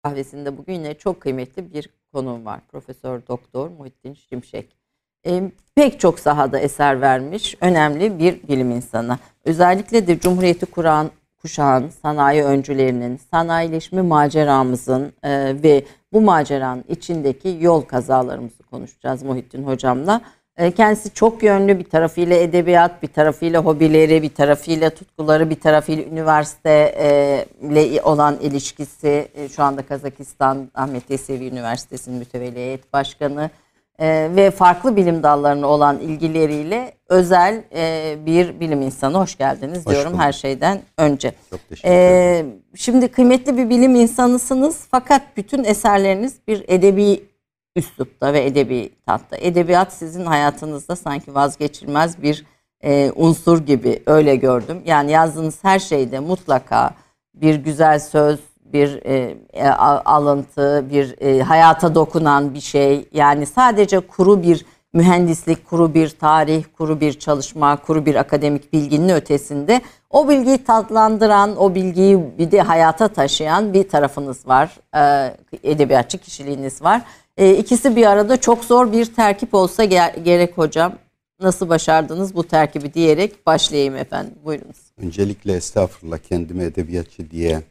Kahvesi'nde bugün yine çok kıymetli bir konuğum var. Profesör Doktor Muhittin Şimşek. Pek çok sahada eser vermiş önemli bir bilim insanı. Özellikle de Cumhuriyeti kuran kuşağın, sanayi öncülerinin, sanayileşme maceramızın ve bu maceranın içindeki yol kazalarımızı konuşacağız Muhittin Hocam'la. Kendisi çok yönlü, bir tarafıyla edebiyat, bir tarafıyla hobileri, bir tarafıyla tutkuları, bir tarafıyla üniversiteyle olan ilişkisi. Şu anda Kazakistan Ahmet Yesevi Üniversitesi'nin mütevelli heyet başkanı ve farklı bilim dallarına olan ilgileriyle özel bir bilim insanı. Hoş geldiniz diyorum her şeyden önce. Çok teşekkür ederim. Şimdi kıymetli bir bilim insanısınız fakat bütün eserleriniz bir edebi üslupta ve edebi tatta. Edebiyat sizin hayatınızda sanki vazgeçilmez bir unsur gibi öyle gördüm. Yani yazdığınız her şeyde mutlaka bir güzel söz, bir alıntı, bir hayata dokunan bir şey. Yani sadece kuru bir mühendislik, kuru bir tarih, kuru bir çalışma, kuru bir akademik bilginin ötesinde o bilgiyi tatlandıran, o bilgiyi bir de hayata taşıyan bir tarafınız var. Edebiyatçı kişiliğiniz var. İkisi bir arada çok zor bir terkip olsa gerek hocam. Nasıl başardınız bu terkibi diyerek başlayayım efendim. Buyurunuz. Öncelikle estağfurullah, kendimi edebiyatçı diye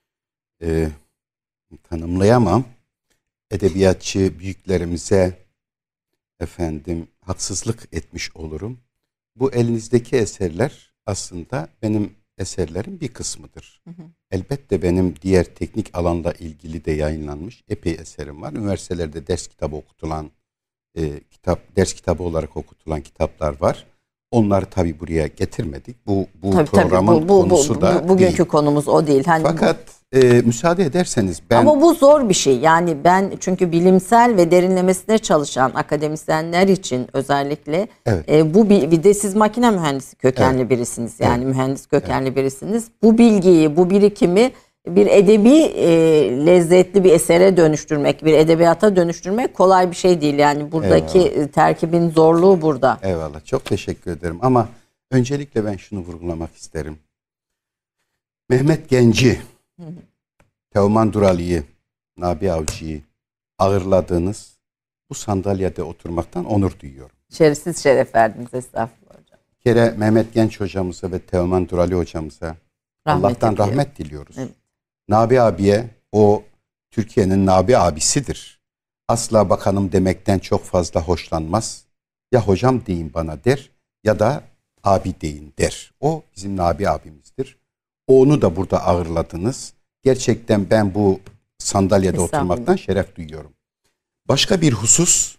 tanımlayamam. Edebiyatçı büyüklerimize haksızlık etmiş olurum. Bu elinizdeki eserler aslında benim eserlerin bir kısmıdır. Elbette benim diğer teknik alanla ilgili de yayınlanmış epey eserim var. Üniversitelerde ders kitabı okutulan, ders kitabı olarak okutulan kitaplar var. Onları tabii buraya getirmedik. Bu programın konusu da bugünkü değil. Konumuz o değil. Hani fakat müsaade ederseniz ben... Ama bu zor bir şey. Yani ben çünkü bilimsel ve derinlemesine çalışan akademisyenler için özellikle bu bir de siz makine mühendisi kökenli birisiniz. Yani mühendis kökenli birisiniz. Bu bilgiyi, bu birikimi bir edebi lezzetli bir esere dönüştürmek, bir edebiyata dönüştürmek kolay bir şey değil. Yani buradaki terkibin zorluğu burada. Eyvallah. Çok teşekkür ederim. Ama öncelikle ben şunu vurgulamak isterim. Mehmet Genci, Teoman Durali'yi, Nabi Avcı'yı ağırladığınız bu sandalyede oturmaktan onur duyuyorum. Siz şeref verdiniz, estağfurullah hocam. Bir kere Mehmet Genç hocamıza ve Teoman Durali hocamıza Allah'tan rahmet diliyoruz. Evet. Nabi abiye, o Türkiye'nin Nabi abisidir. Asla bakanım demekten çok fazla hoşlanmaz. Ya hocam deyin bana der ya da abi deyin der. O bizim Nabi abimizdir. Onu da burada ağırladınız. Gerçekten ben bu sandalyede oturmaktan şeref duyuyorum. Başka bir husus,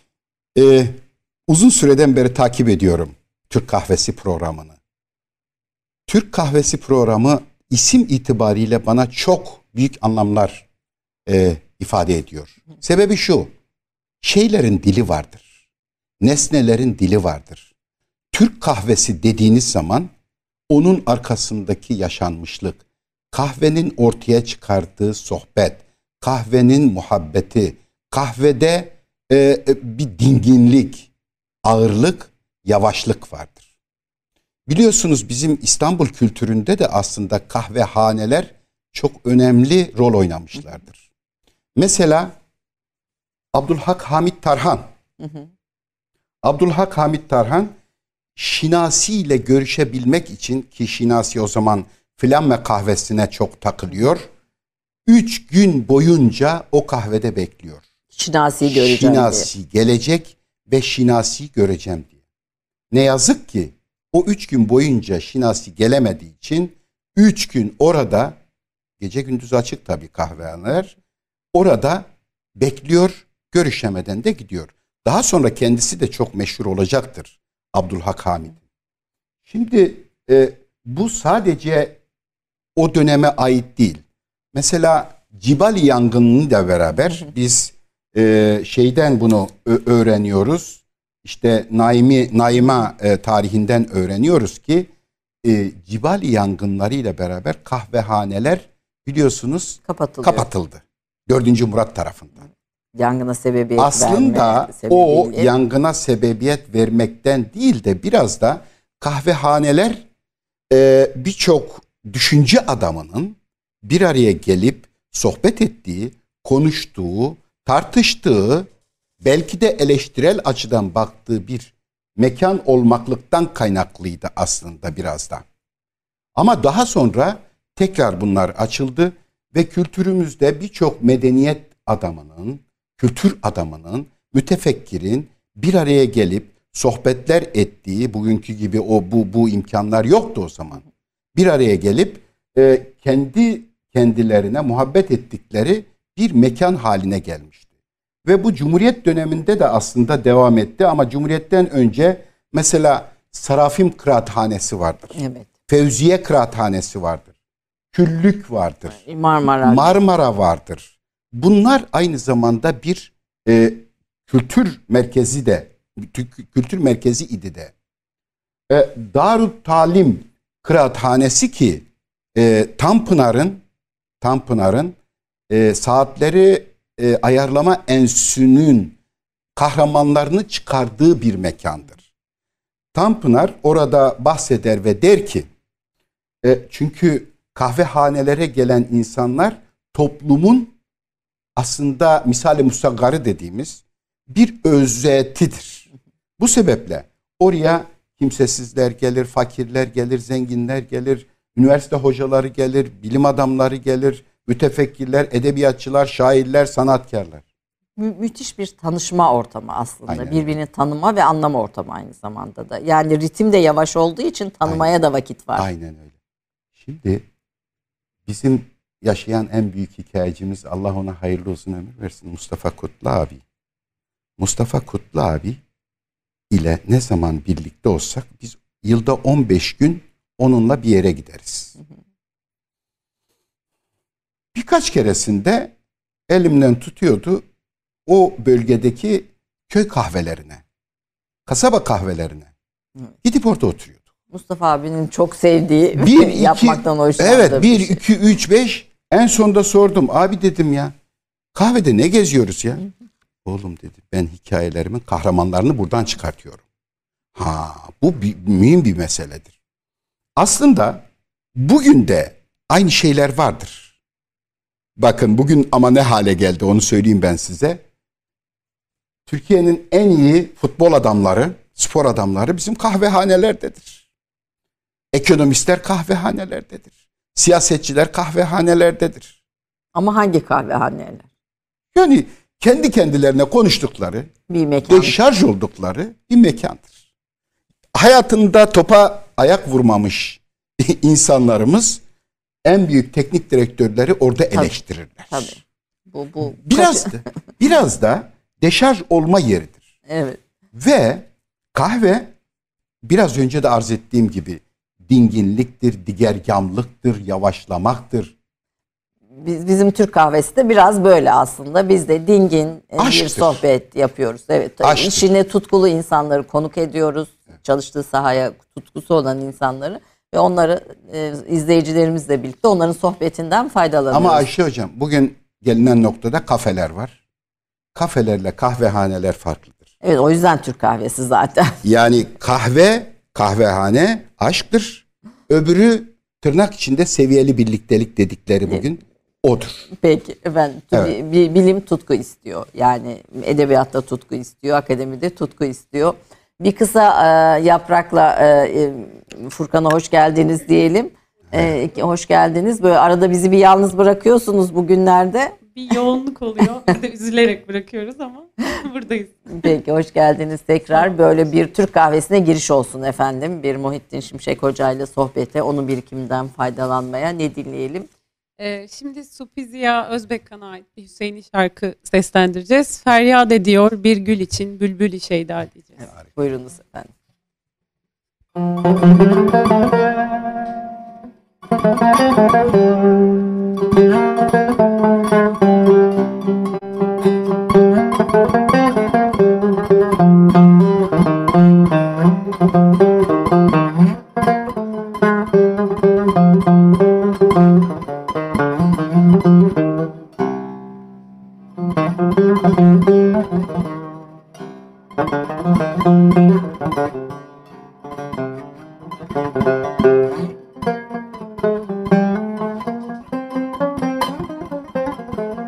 uzun süreden beri takip ediyorum Türk Kahvesi programını. Türk Kahvesi programı isim itibariyle bana çok büyük anlamlar ifade ediyor. Sebebi şu, şeylerin dili vardır. Nesnelerin dili vardır. Türk kahvesi dediğiniz zaman onun arkasındaki yaşanmışlık, kahvenin ortaya çıkardığı sohbet, kahvenin muhabbeti, kahvede bir dinginlik, ağırlık, yavaşlık vardır. Biliyorsunuz bizim İstanbul kültüründe de aslında kahvehaneler çok önemli rol oynamışlardır. Mesela Abdülhak Hamit Tarhan. Abdülhak Hamit Tarhan Şinasi ile görüşebilmek için, ki Şinasi o zaman Flamme kahvesine çok takılıyor, 3 gün boyunca o kahvede bekliyor. Şinasi'yi göreceğim Şinasi diye. Gelecek ve Şinasi'yi göreceğim diye. Ne yazık ki o 3 gün boyunca Şinasi gelemediği için 3 gün orada, gece gündüz açık tabii kahvehaneler, orada bekliyor, görüşemeden de gidiyor. Daha sonra kendisi de çok meşhur olacaktır Abdülhak Hamid. Şimdi bu sadece o döneme ait değil. Mesela Cibali yangınıyla beraber biz şeyden bunu öğreniyoruz. İşte Naima tarihinden öğreniyoruz ki Cibali yangınlarıyla beraber kahvehaneler biliyorsunuz kapatıldı. 4. Murat tarafından. Yangına sebebiyet aslında o yangına sebebiyet vermekten değil de biraz da kahvehaneler birçok düşünce adamının bir araya gelip sohbet ettiği, konuştuğu, tartıştığı, belki de eleştirel açıdan baktığı bir mekan olmaklıktan kaynaklıydı aslında biraz da. Ama daha sonra tekrar bunlar açıldı ve kültürümüzde birçok medeniyet adamının, kültür adamının, mütefekkirin bir araya gelip sohbetler ettiği, bugünkü gibi bu imkanlar yoktu o zaman. Bir araya gelip kendi kendilerine muhabbet ettikleri bir mekan haline gelmişti. Ve bu Cumhuriyet döneminde de aslında devam etti ama Cumhuriyet'ten önce mesela Sarafim Kıraathanesi vardır. Evet. Fevziye Kıraathanesi vardır. Küllük vardır. Marmara vardır. Bunlar aynı zamanda bir kültür merkezi idi de. Darut Talim Kıraathanesi ki Tanpınar'ın saatleri ayarlama ensüsünün kahramanlarını çıkardığı bir mekandır. Tanpınar orada bahseder ve der ki çünkü kahvehanelere gelen insanlar toplumun aslında misali musaggarı dediğimiz bir özetidir. Bu sebeple oraya kimsesizler gelir, fakirler gelir, zenginler gelir, üniversite hocaları gelir, bilim adamları gelir, mütefekkirler, edebiyatçılar, şairler, sanatkarlar. Müthiş bir tanışma ortamı aslında. Aynen. Birbirini tanıma ve anlama ortamı aynı zamanda da. Yani ritim de yavaş olduğu için tanımaya da vakit var. Aynen öyle. Şimdi bizim yaşayan en büyük hikayecimiz, Allah ona hayırlı uzun ömür versin, Mustafa Kutlu abi. Mustafa Kutlu abi ile ne zaman birlikte olsak biz yılda 15 gün onunla bir yere gideriz. Birkaç keresinde elimden tutuyordu o bölgedeki köy kahvelerine, kasaba kahvelerine gidip orada oturuyordu. Mustafa abinin çok sevdiği yapmaktan hoşlandığı evet, 1, 2, 3, 5 en sonunda sordum. Abi dedim ya kahvede ne geziyoruz ya? Oğlum dedi ben hikayelerimin kahramanlarını buradan çıkartıyorum. Bu mühim bir meseledir. Aslında bugün de aynı şeyler vardır. Bakın bugün ama ne hale geldi onu söyleyeyim ben size. Türkiye'nin en iyi futbol adamları, spor adamları bizim kahvehanelerdedir. Ekonomistler kahvehanelerdedir. Siyasetçiler kahvehanelerdedir. Ama hangi kahvehaneler? Yani kendi kendilerine konuştukları, bir mekan, deşarj oldukları bir mekandır. Hayatında topa ayak vurmamış insanlarımız en büyük teknik direktörleri orada eleştirirler. Tabii. Biraz da deşarj olma yeridir. Evet. Ve kahve biraz önce de arz ettiğim gibi dinginliktir, digergamlıktır, yavaşlamaktır. Bizim Türk kahvesi de biraz böyle aslında. Biz de dingin bir sohbet yapıyoruz. Evet. Aşktır. İşine tutkulu insanları konuk ediyoruz. Evet. Çalıştığı sahaya tutkusu olan insanları ve onları izleyicilerimizle birlikte onların sohbetinden faydalanıyoruz. Ama Ayşe Hocam bugün gelinen noktada kafeler var. Kafelerle kahvehaneler farklıdır. Evet, o yüzden Türk kahvesi zaten. Yani kahvehane aşktır. Öbürü tırnak içinde seviyeli birliktelik dedikleri bugün odur. Peki efendim. Evet. Bilim tutku istiyor. Yani edebiyatta tutku istiyor, akademide tutku istiyor. Bir kısa Yaprak'la Furkan'a hoş geldiniz diyelim. Hoş geldiniz. Böyle arada bizi bir yalnız bırakıyorsunuz bugünlerde. Bir yoğunluk oluyor. Biz de üzülerek bırakıyoruz ama buradayız. Peki hoş geldiniz tekrar. Böyle bir Türk kahvesine giriş olsun efendim. Bir Muhittin Şimşek Hoca ile sohbete, onun birikiminden faydalanmaya ne dinleyelim? Şimdi Supi Ziya Özbekkan'a ait bir Hüseyin'i şarkı seslendireceğiz. Feryat ediyor bir gül için bülbül-i şeyda diyeceğiz. Evet, buyurunuz efendim.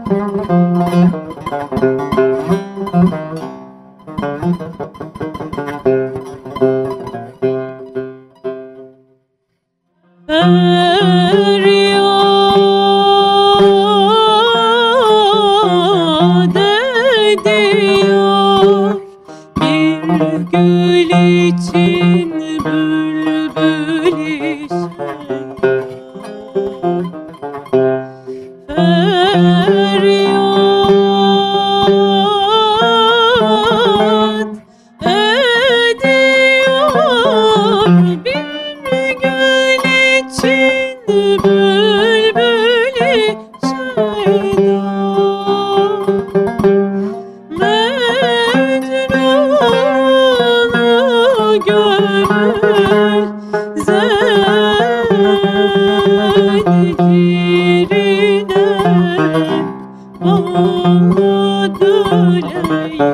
Feryat ediyor bir gül için bülbül feryat ediyor bir gül için bülbül şeyda. Mecnun'u gönül zencirine bağladı Leyla.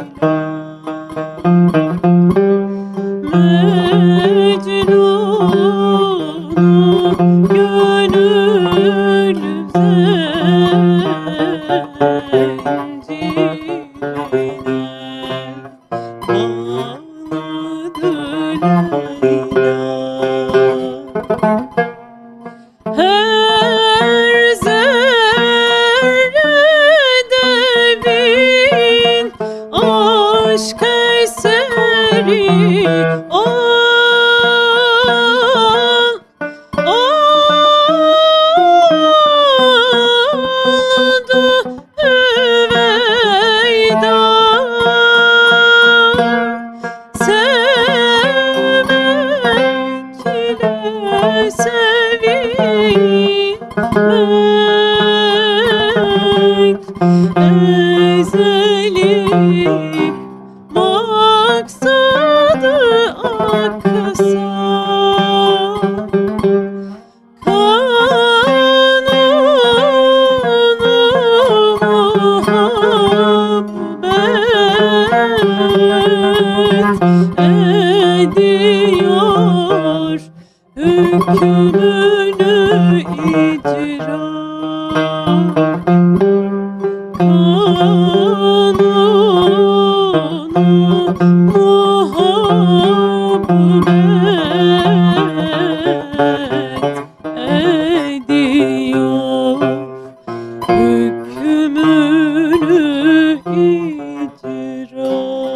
Mecnun'u gönül her zerrede bin aşk eseri oldu hüveyda. Sevmek ile sevilmek ezeli maksadı aksa. Kanunu muhabbet ediyor hükmünü icra. Kanunu muhabbet ediyor hükmünü icra.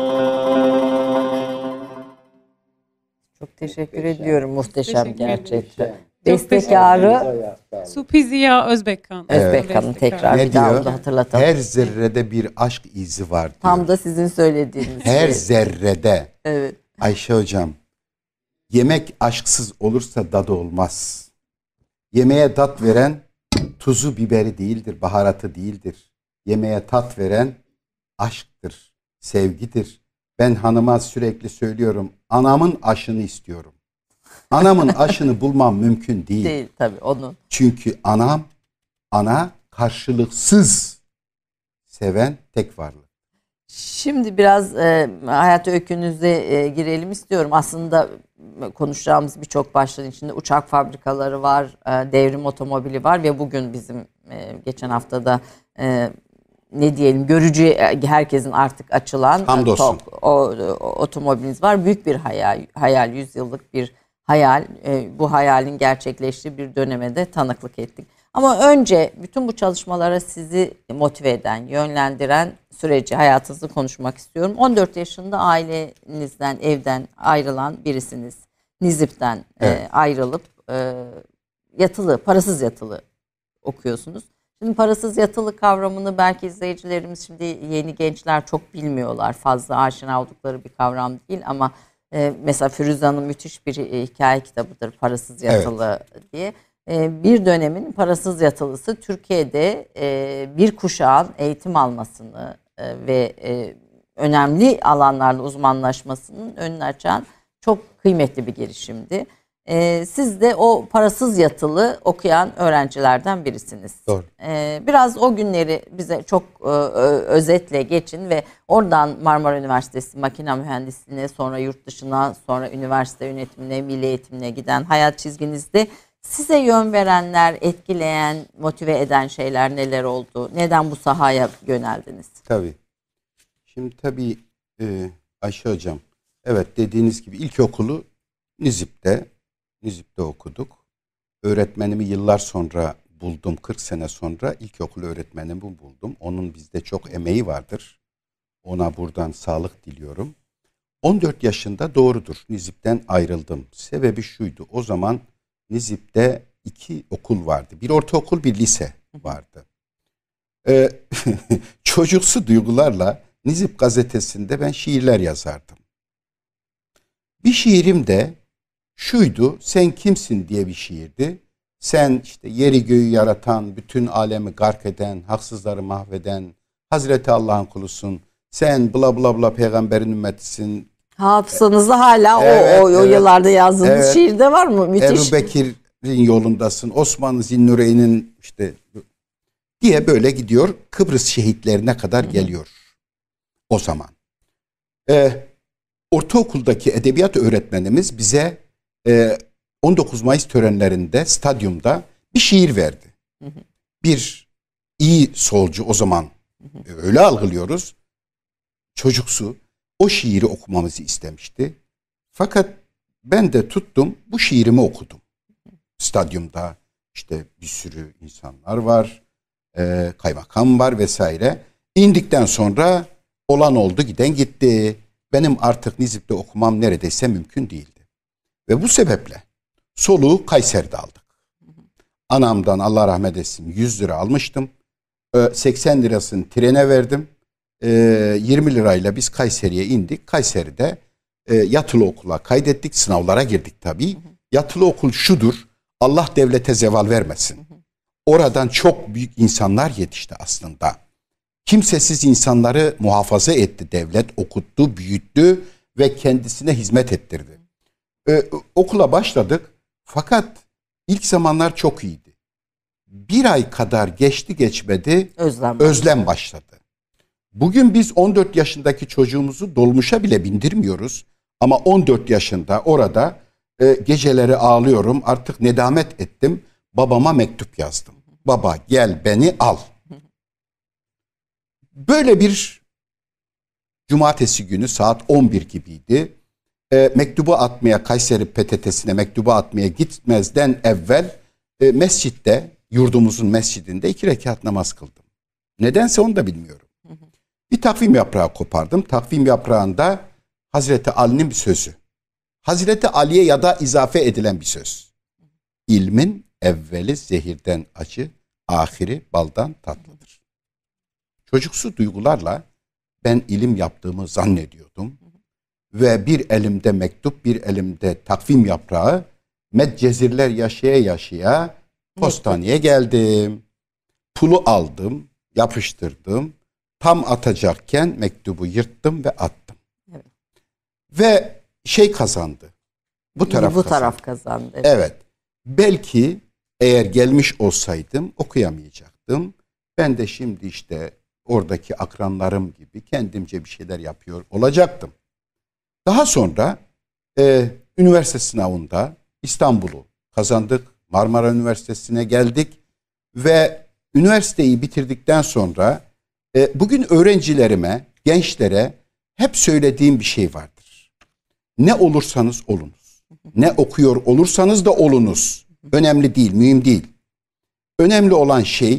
Çok teşekkür ediyorum. Muhteşem Teşekkür gerçekten. ederim. Bestekarı Supiziya Özbekhan. Özbekhan'ın tekrar Ne bir daha diyor? onu da hatırlatalım. Her zerrede bir aşk izi var diyor. Tam da sizin söylediğiniz Her şey. zerrede. Evet. Ayşe hocam, yemek aşksız olursa tadı olmaz. Yemeğe tat veren tuzu biberi değildir, baharatı değildir. Yemeğe tat veren aşktır, sevgidir. Ben hanıma sürekli söylüyorum, anamın aşını istiyorum. Anamın aşını bulmam mümkün değil. Değil tabii onun. Çünkü ana karşılıksız seven tek varlık. Şimdi biraz hayat öykünüze girelim istiyorum. Aslında konuşacağımız birçok başlığın içinde uçak fabrikaları var, devrim otomobili var ve bugün bizim geçen haftada ne diyelim görücü herkesin artık açılan Hamdolsun. otomobiliniz var. Büyük bir hayal, 100 yıllık bir hayal. Bu hayalin gerçekleştiği bir döneme de tanıklık ettik. Ama önce bütün bu çalışmalara sizi motive eden, yönlendiren süreci, hayatınızı konuşmak istiyorum. 14 yaşında ailenizden, evden ayrılan birisiniz. Nizip'ten Evet. ayrılıp parasız yatılı okuyorsunuz. Şimdi parasız yatılı kavramını belki izleyicilerimiz, şimdi yeni gençler çok bilmiyorlar. Fazla aşina oldukları bir kavram değil ama mesela Firuza'nın müthiş bir hikaye kitabıdır Parasız Yatılı diye. Bir dönemin parasız yatılısı Türkiye'de bir kuşağın eğitim almasını ve önemli alanlarda uzmanlaşmasının önünü açan çok kıymetli bir girişimdi. Siz de o parasız yatılı okuyan öğrencilerden birisiniz. Doğru. Biraz o günleri bize çok özetle geçin ve oradan Marmara Üniversitesi Makine Mühendisliğine, sonra yurt dışına, sonra üniversite yönetimine, milli eğitimine giden hayat çizginizde Size yön verenler, etkileyen, motive eden şeyler neler oldu? Neden bu sahaya yöneldiniz? Tabii. Şimdi tabii Ayşe Hocam, evet dediğiniz gibi ilkokulu Nizip'te okuduk. Öğretmenimi yıllar sonra buldum, 40 sene sonra ilkokul öğretmenimi buldum. Onun bizde çok emeği vardır. Ona buradan sağlık diliyorum. 14 yaşında doğrudur Nizip'ten ayrıldım. Sebebi şuydu, o zaman Nizip'te 2 okul vardı. Bir ortaokul, bir lise vardı. Çocuksu duygularla Nizip gazetesinde ben şiirler yazardım. Bir şiirim de şuydu, sen kimsin diye bir şiirdi. Sen işte yeri göğü yaratan, bütün alemi gark eden, haksızları mahveden, Hazreti Allah'ın kulusun. Sen bla bla bla peygamberin ümmetisin. Hafızanızda hala Evet, o evet. yıllarda yazdığınız Evet. şiirde var mı? Müthiş. Ebu Bekir'in yolundasın. Osman Zinnureyn'in işte diye böyle gidiyor. Kıbrıs şehitlerine kadar geliyor o zaman. Ortaokuldaki edebiyat öğretmenimiz bize 19 Mayıs törenlerinde stadyumda bir şiir verdi. Bir iyi solcu o zaman öyle algılıyoruz. Çocuksu o şiiri okumamızı istemişti. Fakat ben de tuttum bu şiirimi okudum. Stadyumda işte bir sürü insanlar var, kaymakam var vesaire. İndikten sonra olan oldu, giden gitti. Benim artık Nizip'te okumam neredeyse mümkün değildi. Ve bu sebeple soluğu Kayseri'de aldık. Anamdan Allah rahmet etsin 100 lira almıştım. 80 lirasını trene verdim. 20 lirayla biz Kayseri'ye indik. Kayseri'de yatılı okula kaydettik. Sınavlara girdik tabii. Yatılı okul şudur. Allah devlete zeval vermesin. Oradan çok büyük insanlar yetişti aslında. Kimsesiz insanları muhafaza etti devlet, okuttu, büyüttü ve kendisine hizmet ettirdi. Okula başladık fakat ilk zamanlar çok iyiydi. Bir ay kadar geçti geçmedi özlem başladı. Bugün biz 14 yaşındaki çocuğumuzu dolmuşa bile bindirmiyoruz. Ama 14 yaşında orada geceleri ağlıyorum, artık nedamet ettim, babama mektup yazdım. Baba gel beni al. Böyle bir cumartesi günü saat 11 gibiydi. Mektubu atmaya, Kayseri PTT'sine mektubu atmaya gitmezden evvel mescitte, yurdumuzun mescidinde 2 rekat namaz kıldım. Nedense onu da bilmiyorum. Bir takvim yaprağı kopardım. Takvim yaprağında Hazreti Ali'nin bir sözü. Hazreti Ali'ye ya da izafe edilen bir söz. İlmin evveli zehirden acı, ahiri baldan tatlıdır. Çocuksu duygularla ben ilim yaptığımı zannediyordum. Ve bir elimde mektup, bir elimde takvim yaprağı, Medcezirler yaşaya yaşaya postaneye geldim. Pulu aldım, yapıştırdım. Tam atacakken mektubu yırttım ve attım. Evet. Ve şey kazandı. Bu taraf kazandı. Evet. Belki eğer gelmiş olsaydım okuyamayacaktım. Ben de şimdi işte oradaki akranlarım gibi kendimce bir şeyler yapıyor olacaktım. Daha sonra üniversite sınavında İstanbul'u kazandık. Marmara Üniversitesi'ne geldik ve üniversiteyi bitirdikten sonra bugün öğrencilerime, gençlere hep söylediğim bir şey vardır. Ne olursanız olunuz. Ne okuyor olursanız da olunuz. Önemli değil, mühim değil. Önemli olan şey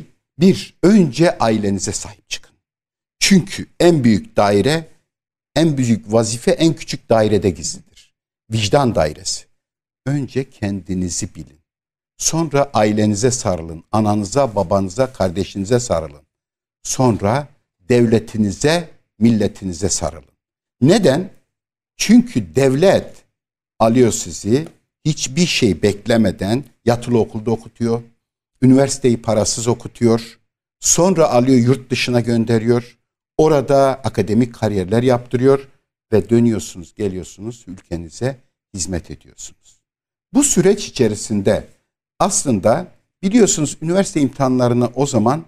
önce ailenize sahip çıkın. Çünkü en büyük daire, en büyük vazife en küçük dairede gizlidir. Vicdan dairesi. Önce kendinizi bilin. Sonra ailenize sarılın. Ananıza, babanıza, kardeşinize sarılın. Sonra devletinize, milletinize sarılın. Neden? Çünkü devlet alıyor sizi, hiçbir şey beklemeden yatılı okulda okutuyor. Üniversiteyi parasız okutuyor. Sonra alıyor yurt dışına gönderiyor. Orada akademik kariyerler yaptırıyor ve dönüyorsunuz, geliyorsunuz, ülkenize hizmet ediyorsunuz. Bu süreç içerisinde aslında biliyorsunuz üniversite imtihanlarına o zaman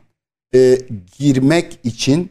girmek için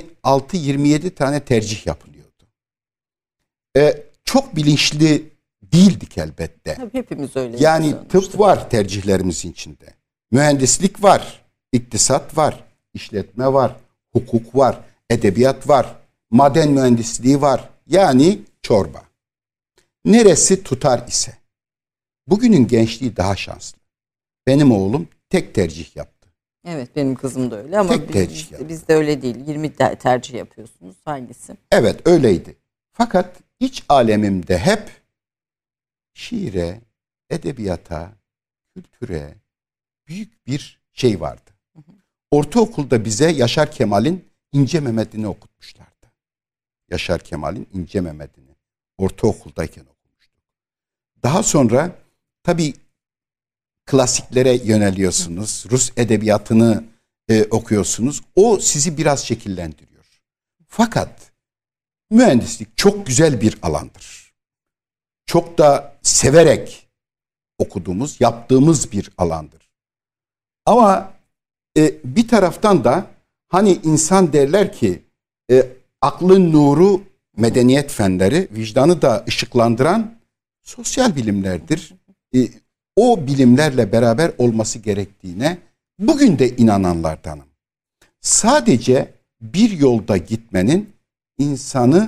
26-27 tane tercih yapılıyordu. Çok bilinçli değildik elbette. Tabii hepimiz öyle. Yani tıp var tercihlerimizin içinde. Mühendislik var, iktisat var, işletme var, hukuk var, edebiyat var, maden mühendisliği var. Yani çorba. Neresi tutar ise. Bugünün gençliği daha şanslı. Benim oğlum tek tercih yaptı. Evet, benim kızım da öyle ama biz de öyle değil. 20 tercih yapıyorsunuz. Hangisi? Evet, öyleydi. Fakat iç alemimde hep şiire, edebiyata, kültüre büyük bir şey vardı. Ortaokulda bize Yaşar Kemal'in İnce Mehmet'ini okutmuşlardı. Yaşar Kemal'in İnce Mehmet'ini ortaokuldayken okumuştuk. Daha sonra tabii klasiklere yöneliyorsunuz. Rus edebiyatını okuyorsunuz. O sizi biraz şekillendiriyor. Fakat mühendislik çok güzel bir alandır. Çok da severek okuduğumuz, yaptığımız bir alandır. Ama bir taraftan da hani insan derler ki aklın nuru medeniyet fenleri, vicdanı da ışıklandıran sosyal bilimlerdir. O bilimlerle beraber olması gerektiğine bugün de inananlardanım. Sadece bir yolda gitmenin insanı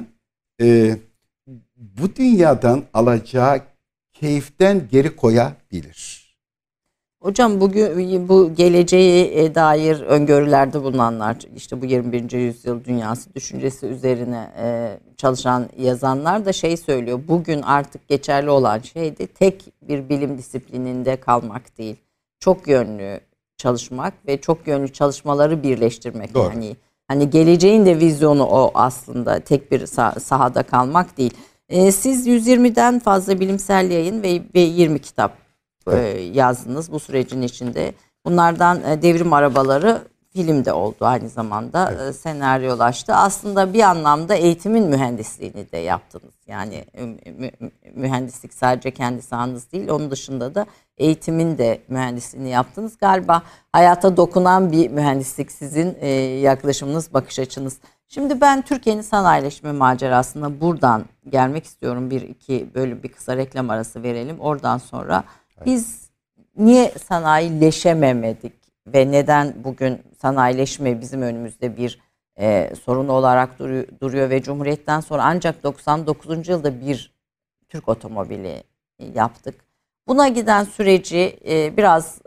bu dünyadan alacağı keyiften geri koyabilir. Hocam bugün bu geleceğe dair öngörülerde bulunanlar, işte bu 21. yüzyıl dünyası düşüncesi üzerine çalışan yazanlar da şey söylüyor. Bugün artık geçerli olan şey de tek bir bilim disiplininde kalmak değil. Çok yönlü çalışmak ve çok yönlü çalışmaları birleştirmek. Doğru. Hani geleceğin de vizyonu o aslında, tek bir sahada kalmak değil. Siz 120'den fazla bilimsel yayın ve 20 kitap yazdınız bu sürecin içinde. Bunlardan Devrim Arabaları film de oldu aynı zamanda. Evet. Senaryolaştı. Aslında bir anlamda eğitimin mühendisliğini de yaptınız. Yani mühendislik sadece kendi sahanız değil, onun dışında da eğitimin de mühendisliğini yaptınız. Galiba hayata dokunan bir mühendislik sizin yaklaşımınız, bakış açınız. Şimdi ben Türkiye'nin sanayileşme macerasına buradan gelmek istiyorum. Böyle bir kısa reklam arası verelim. Oradan sonra biz niye sanayileşememedik ve neden bugün sanayileşme bizim önümüzde bir sorun olarak duruyor ve Cumhuriyet'ten sonra ancak 99. yılda bir Türk otomobili yaptık. Buna giden süreci biraz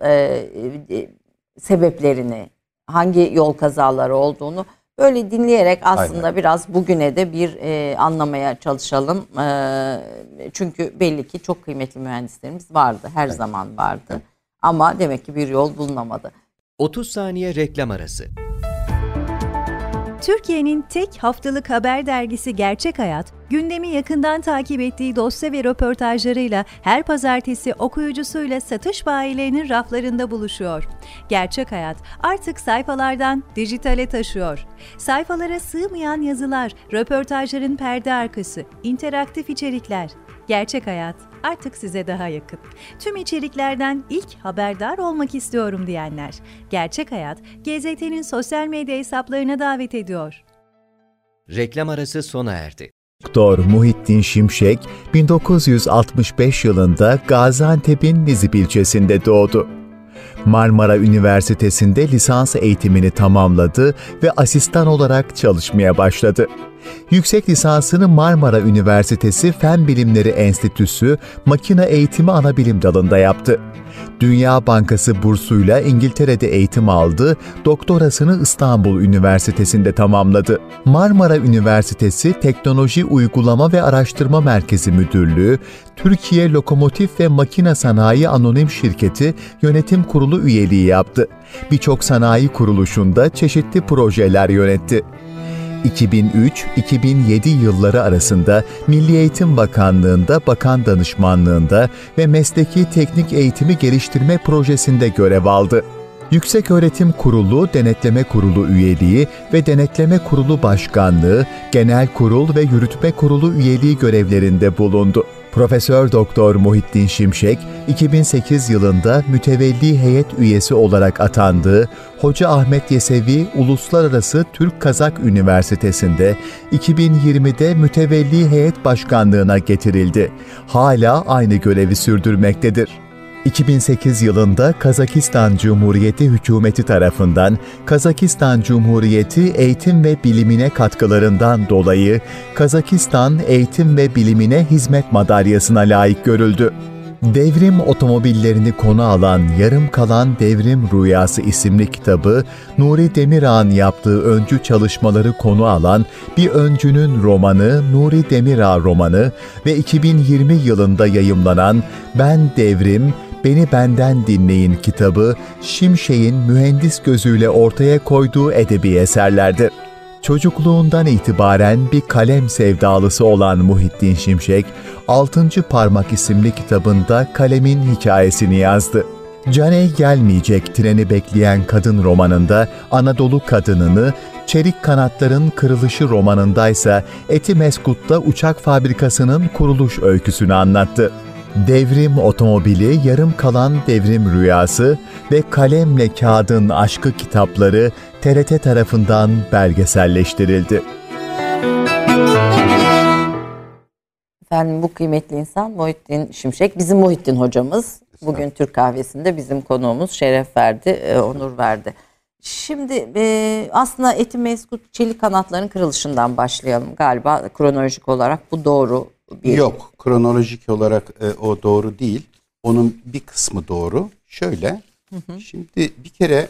sebeplerini, hangi yol kazaları olduğunu böyle dinleyerek aslında aynen, biraz bugüne de bir anlamaya çalışalım. Çünkü belli ki çok kıymetli mühendislerimiz vardı. Her zaman vardı. Ama demek ki bir yol bulunamadı. 30 saniye reklam arası. Türkiye'nin tek haftalık haber dergisi Gerçek Hayat, gündemi yakından takip ettiği dosya ve röportajlarıyla her pazartesi okuyucusuyla satış bayilerinin raflarında buluşuyor. Gerçek Hayat artık sayfalardan dijitale taşıyor. Sayfalara sığmayan yazılar, röportajların perde arkası, interaktif içerikler. Gerçek Hayat artık size daha yakın. Tüm içeriklerden ilk haberdar olmak istiyorum diyenler. Gerçek Hayat, GZT'nin sosyal medya hesaplarına davet ediyor. Reklam arası sona erdi. Doktor Muhittin Şimşek, 1965 yılında Gaziantep'in Nizip ilçesinde doğdu. Marmara Üniversitesi'nde lisans eğitimini tamamladı ve asistan olarak çalışmaya başladı. Yüksek lisansını Marmara Üniversitesi Fen Bilimleri Enstitüsü Makine Eğitimi Anabilim Dalı'nda yaptı. Dünya Bankası bursuyla İngiltere'de eğitim aldı, doktorasını İstanbul Üniversitesi'nde tamamladı. Marmara Üniversitesi Teknoloji Uygulama ve Araştırma Merkezi Müdürlüğü, Türkiye Lokomotif ve Makine Sanayi Anonim Şirketi Yönetim Kurulu üyeliği yaptı. Birçok sanayi kuruluşunda çeşitli projeler yönetti. 2003-2007 yılları arasında Milli Eğitim Bakanlığı'nda bakan danışmanlığında ve Mesleki Teknik Eğitimi Geliştirme Projesi'nde görev aldı. Yükseköğretim Kurulu, Denetleme Kurulu üyeliği ve Denetleme Kurulu Başkanlığı, Genel Kurul ve Yürütme Kurulu üyeliği görevlerinde bulundu. Profesör Doktor Muhittin Şimşek, 2008 yılında mütevelli heyet üyesi olarak atandığı Hoca Ahmet Yesevi Uluslararası Türk-Kazak Üniversitesi'nde 2020'de mütevelli heyet başkanlığına getirildi. Hala aynı görevi sürdürmektedir. 2008 yılında Kazakistan Cumhuriyeti hükümeti tarafından Kazakistan Cumhuriyeti eğitim ve bilimine katkılarından dolayı Kazakistan Eğitim ve Bilimine Hizmet Madalyası'na layık görüldü. Devrim otomobillerini konu alan Yarım Kalan Devrim Rüyası isimli kitabı, Nuri Demirağ'ın yaptığı öncü çalışmaları konu alan Bir Öncünün Romanı, Nuri Demirağ romanı ve 2020 yılında yayımlanan Ben Devrim, Beni Benden Dinleyin kitabı, Şimşek'in mühendis gözüyle ortaya koyduğu edebi eserlerdir. Çocukluğundan itibaren bir kalem sevdalısı olan Muhittin Şimşek, 6. Parmak isimli kitabında kalemin hikayesini yazdı. Caney Gelmeyecek Treni Bekleyen Kadın romanında Anadolu kadınını, Çelik Kanatların Kırılışı romanındaysa Etimeskut'ta uçak fabrikasının kuruluş öyküsünü anlattı. Devrim Otomobili, Yarım Kalan Devrim Rüyası ve Kalemle Kağıdın Aşkı kitapları TRT tarafından belgeselleştirildi. Efendim, bu kıymetli insan Muhittin Şimşek, bizim Muhittin hocamız. Bugün Türk Kahvesi'nde bizim konuğumuz, şeref verdi, onur verdi. Şimdi aslında Etimeskut Çelik Kanatların Kırılışından başlayalım galiba, kronolojik olarak bu doğru. Yok, kronolojik olarak o doğru değil. Onun bir kısmı doğru. Şöyle, şimdi bir kere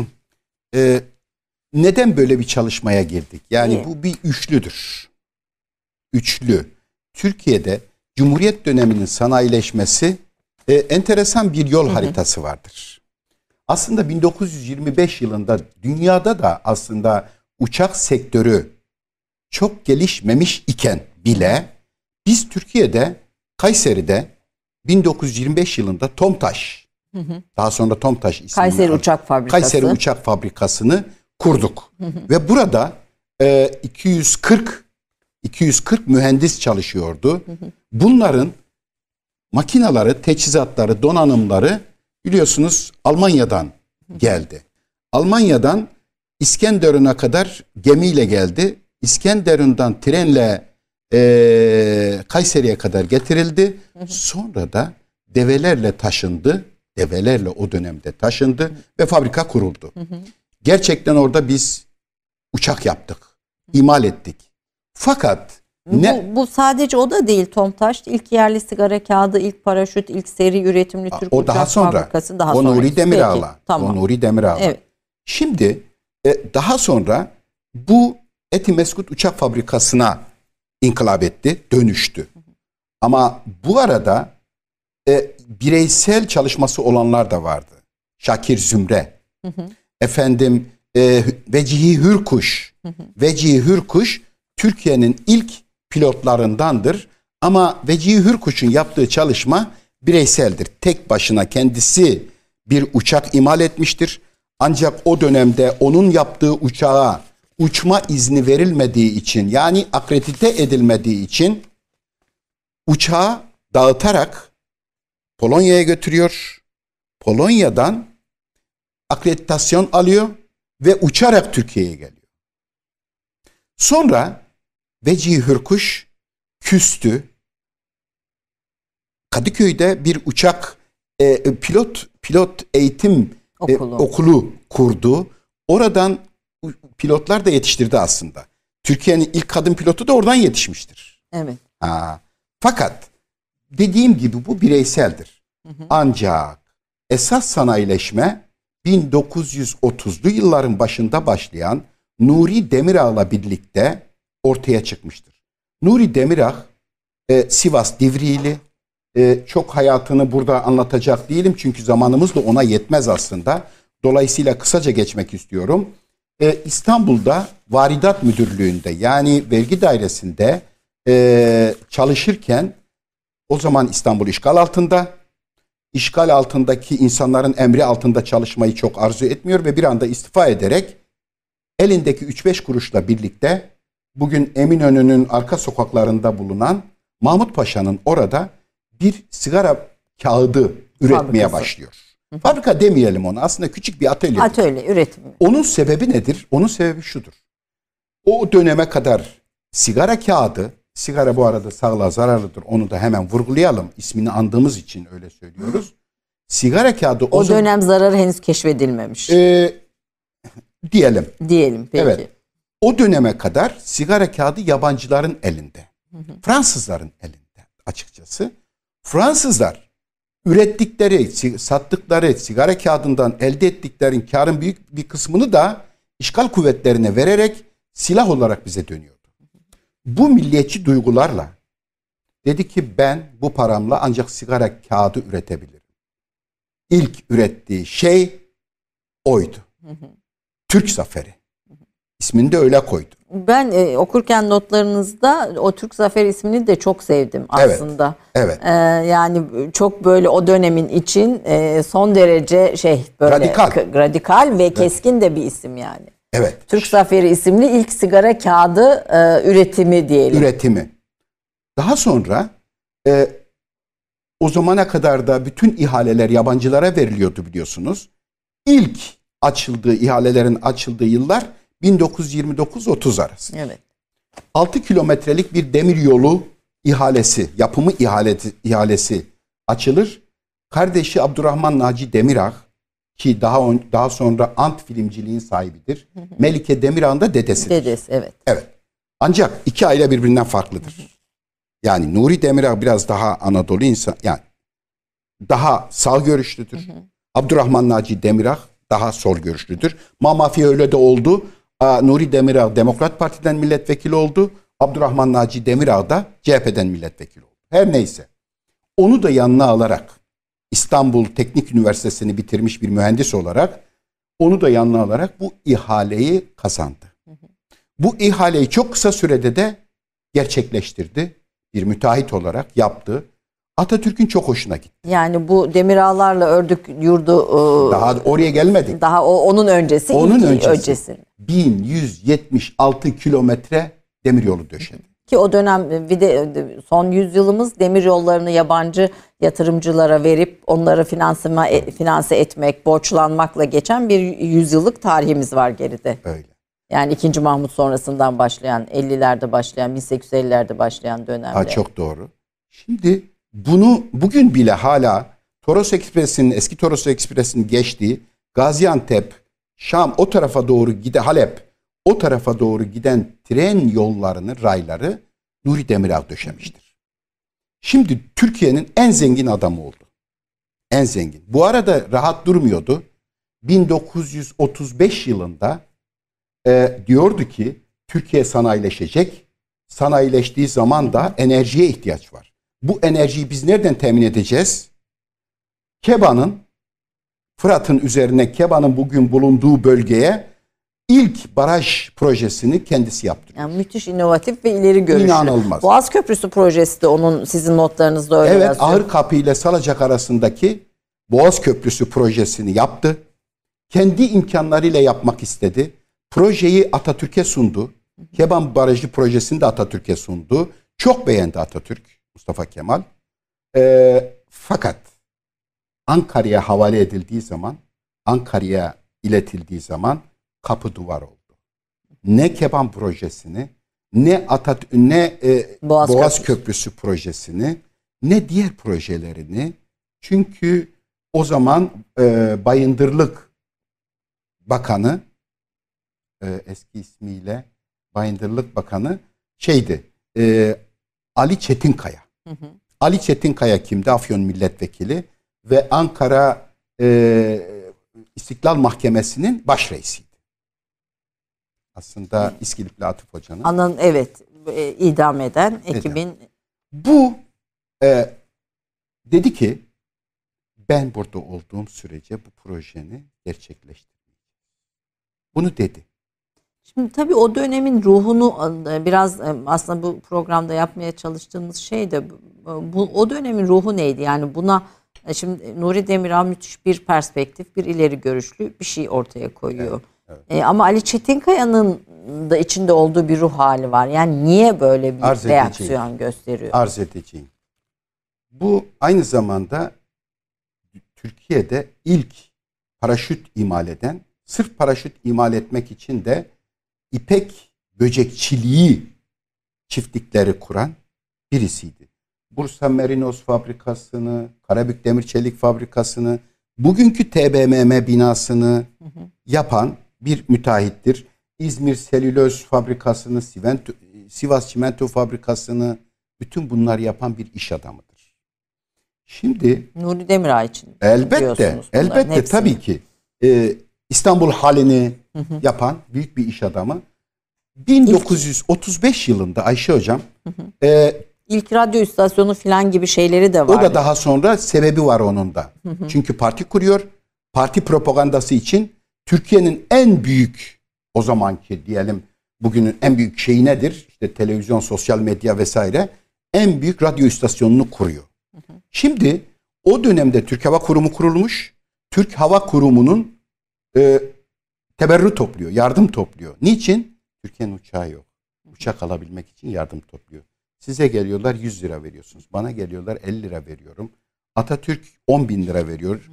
neden böyle bir çalışmaya girdik? Yani bu bir üçlüdür. Üçlü. Türkiye'de Cumhuriyet döneminin sanayileşmesi enteresan bir yol haritası vardır. Aslında 1925 yılında dünyada da aslında uçak sektörü çok gelişmemiş iken bile biz Türkiye'de, Kayseri'de 1925 yılında TOMTAŞ, daha sonra TOMTAŞ isimli Kayseri Uçak Fabrikası'nı kurduk. Ve burada 240 mühendis çalışıyordu. Bunların makinaları, teçhizatları, donanımları biliyorsunuz Almanya'dan geldi. Almanya'dan İskenderun'a kadar gemiyle geldi. İskenderun'dan trenle Kayseri'ye kadar getirildi. Sonra da develerle taşındı. Develerle o dönemde taşındı ve fabrika kuruldu. Gerçekten orada biz uçak yaptık. İmal ettik. Fakat bu sadece o da değil. TOMTAŞ ilk yerli sigara kağıdı, ilk paraşüt, ilk seri üretimli Türk uçak fabrikası daha sonra. Nuri Demirağ'la. Tamam. O Nuri Demirağ'la. Evet. Şimdi daha sonra bu Etimeskut Uçak Fabrikası'na inkılap etti, dönüştü. Ama bu arada bireysel çalışması olanlar da vardı. Şakir Zümre, efendim Vecihi Hürkuş. Vecihi Hürkuş Türkiye'nin ilk pilotlarındandır. Ama Vecihi Hürkuş'un yaptığı çalışma bireyseldir. Tek başına kendisi bir uçak imal etmiştir. Ancak o dönemde onun yaptığı uçağa uçma izni verilmediği için, yani akredite edilmediği için uçağı dağıtarak Polonya'ya götürüyor. Polonya'dan akreditasyon alıyor ve uçarak Türkiye'ye geliyor. Sonra Vecihi Hürkuş küstü. Kadıköy'de bir uçak pilot eğitim okulu kurdu. Oradan pilotlar da yetiştirdi aslında. Türkiye'nin ilk kadın pilotu da oradan yetişmiştir. Evet. Fakat dediğim gibi bu bireyseldir. Ancak esas sanayileşme 1930'lu yılların başında başlayan Nuri Demirağ'la birlikte ortaya çıkmıştır. Nuri Demirağ Sivas Divriğili. Çok hayatını burada anlatacak değilim çünkü zamanımız da ona yetmez aslında. Dolayısıyla kısaca geçmek istiyorum. İstanbul'da Varidat Müdürlüğü'nde, yani vergi dairesinde çalışırken, o zaman İstanbul işgal altında. İşgal altındaki insanların emri altında çalışmayı çok arzu etmiyor ve bir anda istifa ederek elindeki 3-5 kuruşla birlikte bugün Eminönü'nün arka sokaklarında bulunan Mahmut Paşa'nın orada bir sigara kağıdı üretmeye Fabrikası. başlıyor. Fabrika demeyelim onu. Aslında küçük bir atölye. Atölye üretimi. Onun sebebi nedir? Onun sebebi şudur. O döneme kadar sigara kağıdı, sigara bu arada sağlığa zararlıdır. Onu da hemen vurgulayalım. İsmini andığımız için öyle söylüyoruz. Sigara kağıdı O dönem zararı henüz keşfedilmemiş. Diyelim. Diyelim peki. Evet. O döneme kadar sigara kağıdı yabancıların elinde. Fransızların elinde açıkçası. Fransızlar ürettikleri, sattıkları sigara kağıdından elde ettiklerin karın büyük bir kısmını da işgal kuvvetlerine vererek silah olarak bize dönüyordu. Bu milliyetçi duygularla dedi ki ben bu paramla ancak sigara kağıdı üretebilirim. İlk ürettiği şey oydu. Türk Zaferi. İsmini de öyle koydu. Ben okurken notlarınızda o Türk Zaferi ismini de çok sevdim aslında. Evet. Yani çok böyle o dönemin için son derece böyle radikal ve keskin de bir isim yani. Evet. Türk Zaferi isimli ilk sigara kağıdı üretimi diyelim. Üretimi. Daha sonra o zamana kadar da bütün ihaleler yabancılara veriliyordu biliyorsunuz. İlk ihalelerin açıldığı yıllar 1929-30 arası. Evet. 6 kilometrelik bir demir yolu yapımı ihalesi açılır. Kardeşi Abdurrahman Naci Demirağ ki daha sonra Ant filmciliğin sahibidir. Melike Demirağ'ın da dedesidir. Dedesi, evet. Evet. Ancak iki aile birbirinden farklıdır. Yani Nuri Demirağ biraz daha Anadolu insan, yani daha sağ görüşlüdür. Abdurrahman Naci Demirağ daha sol görüşlüdür. Mamafi öyle de oldu. Nuri Demirağ Demokrat Parti'den milletvekili oldu. Abdurrahman Naci Demirağ da CHP'den milletvekili oldu. Her neyse. Onu da yanına alarak İstanbul Teknik Üniversitesi'ni bitirmiş bir mühendis olarak onu da yanına alarak bu ihaleyi kazandı. Bu ihaleyi çok kısa sürede de gerçekleştirdi. Bir müteahhit olarak yaptı. Atatürk'ün çok hoşuna gitti. Yani bu Demirağlarla Ördük yurdu daha oraya gelmedik. Daha onun öncesi. Onun öncesi. 1176 kilometre demiryolu döşedi. Ki o dönem bir de son yüzyılımız demiryollarını yabancı yatırımcılara verip onları finanse etmek, borçlanmakla geçen bir yüzyıllık tarihimiz var geride. Öyle. Yani 2. Mahmut sonrasından başlayan, 50'lerde başlayan, 1850'lerde başlayan dönemde. Çok doğru. Şimdi bunu bugün bile hala Toros Ekspresi'nin, eski Toros Ekspresi'nin geçtiği Gaziantep, Şam o tarafa doğru Halep o tarafa doğru giden tren yollarını, rayları Nuri Demirağ döşemiştir. Şimdi Türkiye'nin en zengin adamı oldu. En zengin. Bu arada rahat durmuyordu. 1935 yılında diyordu ki Türkiye sanayileşecek. Sanayileştiği zaman da enerjiye ihtiyaç var. Bu enerjiyi biz nereden temin edeceğiz? Fırat'ın üzerine Keban'ın bugün bulunduğu bölgeye ilk baraj projesini kendisi yaptı. Yani müthiş inovatif ve ileri görüşlü. İnanılmaz. Boğaz Köprüsü projesi de sizin notlarınızda öyle yazıyor. Evet, Ağırkapı ile Salacak arasındaki Boğaz Köprüsü projesini yaptı. Kendi imkanlarıyla yapmak istedi. Projeyi Atatürk'e sundu. Keban Barajı projesini de Atatürk'e sundu. Çok beğendi Atatürk, Mustafa Kemal. Fakat Ankara'ya havale edildiği zaman, Ankara'ya iletildiği zaman kapı duvar oldu. Ne Keban projesini, ne Boğaz Köprüsü projesini, ne diğer projelerini. Çünkü o zaman Bayındırlık Bakanı, eski ismiyle Bayındırlık Bakanı Ali Çetinkaya. Ali Çetinkaya kimdi? Afyon milletvekili ve Ankara İstiklal Mahkemesi'nin baş reisiydi. Aslında İskilipli Atıf Hoca'nın. idam eden ekibin. Bu dedi ki ben burada olduğum sürece bu projeni gerçekleştirmeyeceğim. Bunu dedi. Şimdi tabii o dönemin ruhunu biraz aslında bu programda yapmaya çalıştığımız şey de o dönemin ruhu neydi? Yani buna şimdi Nuri Demirağ müthiş bir perspektif, bir ileri görüşlü bir şey ortaya koyuyor. Evet. Ama Ali Çetinkaya'nın da içinde olduğu bir ruh hali var. Yani niye böyle bir Arz reaksiyon gösteriyor? Arz edeceğim. Bu aynı zamanda Türkiye'de ilk paraşüt imal eden, sırf paraşüt imal etmek için de ipek böcekçiliği çiftlikleri kuran birisiydi. Bursa Merinos fabrikasını, Karabük Demir Çelik fabrikasını, bugünkü TBMM binasını yapan bir müteahhittir. İzmir Selüloz fabrikasını, Sivas Çimento fabrikasını, bütün bunlar yapan bir iş adamıdır. Şimdi Nuri Demirağ için elbette, diyorsunuz bunların elbette hepsini. tabii ki İstanbul halini yapan büyük bir iş adamı. 1935 yılında Ayşe Hocam, İlk radyo istasyonu falan gibi şeyleri de var. o da daha sonra sebebi var onun da. Çünkü parti kuruyor. Parti propagandası için Türkiye'nin en büyük, o zamanki diyelim bugünün en büyük şeyi nedir? İşte televizyon, sosyal medya vesaire. En büyük radyo istasyonunu kuruyor. Şimdi o dönemde Türk Hava Kurumu kurulmuş. Türk Hava Kurumu'nun teberrü topluyor, yardım topluyor. Niçin? Türkiye'nin uçağı yok. Uçak alabilmek için yardım topluyor. Size geliyorlar 100 lira veriyorsunuz. Bana geliyorlar 50 lira veriyorum. Atatürk 10 bin lira veriyor.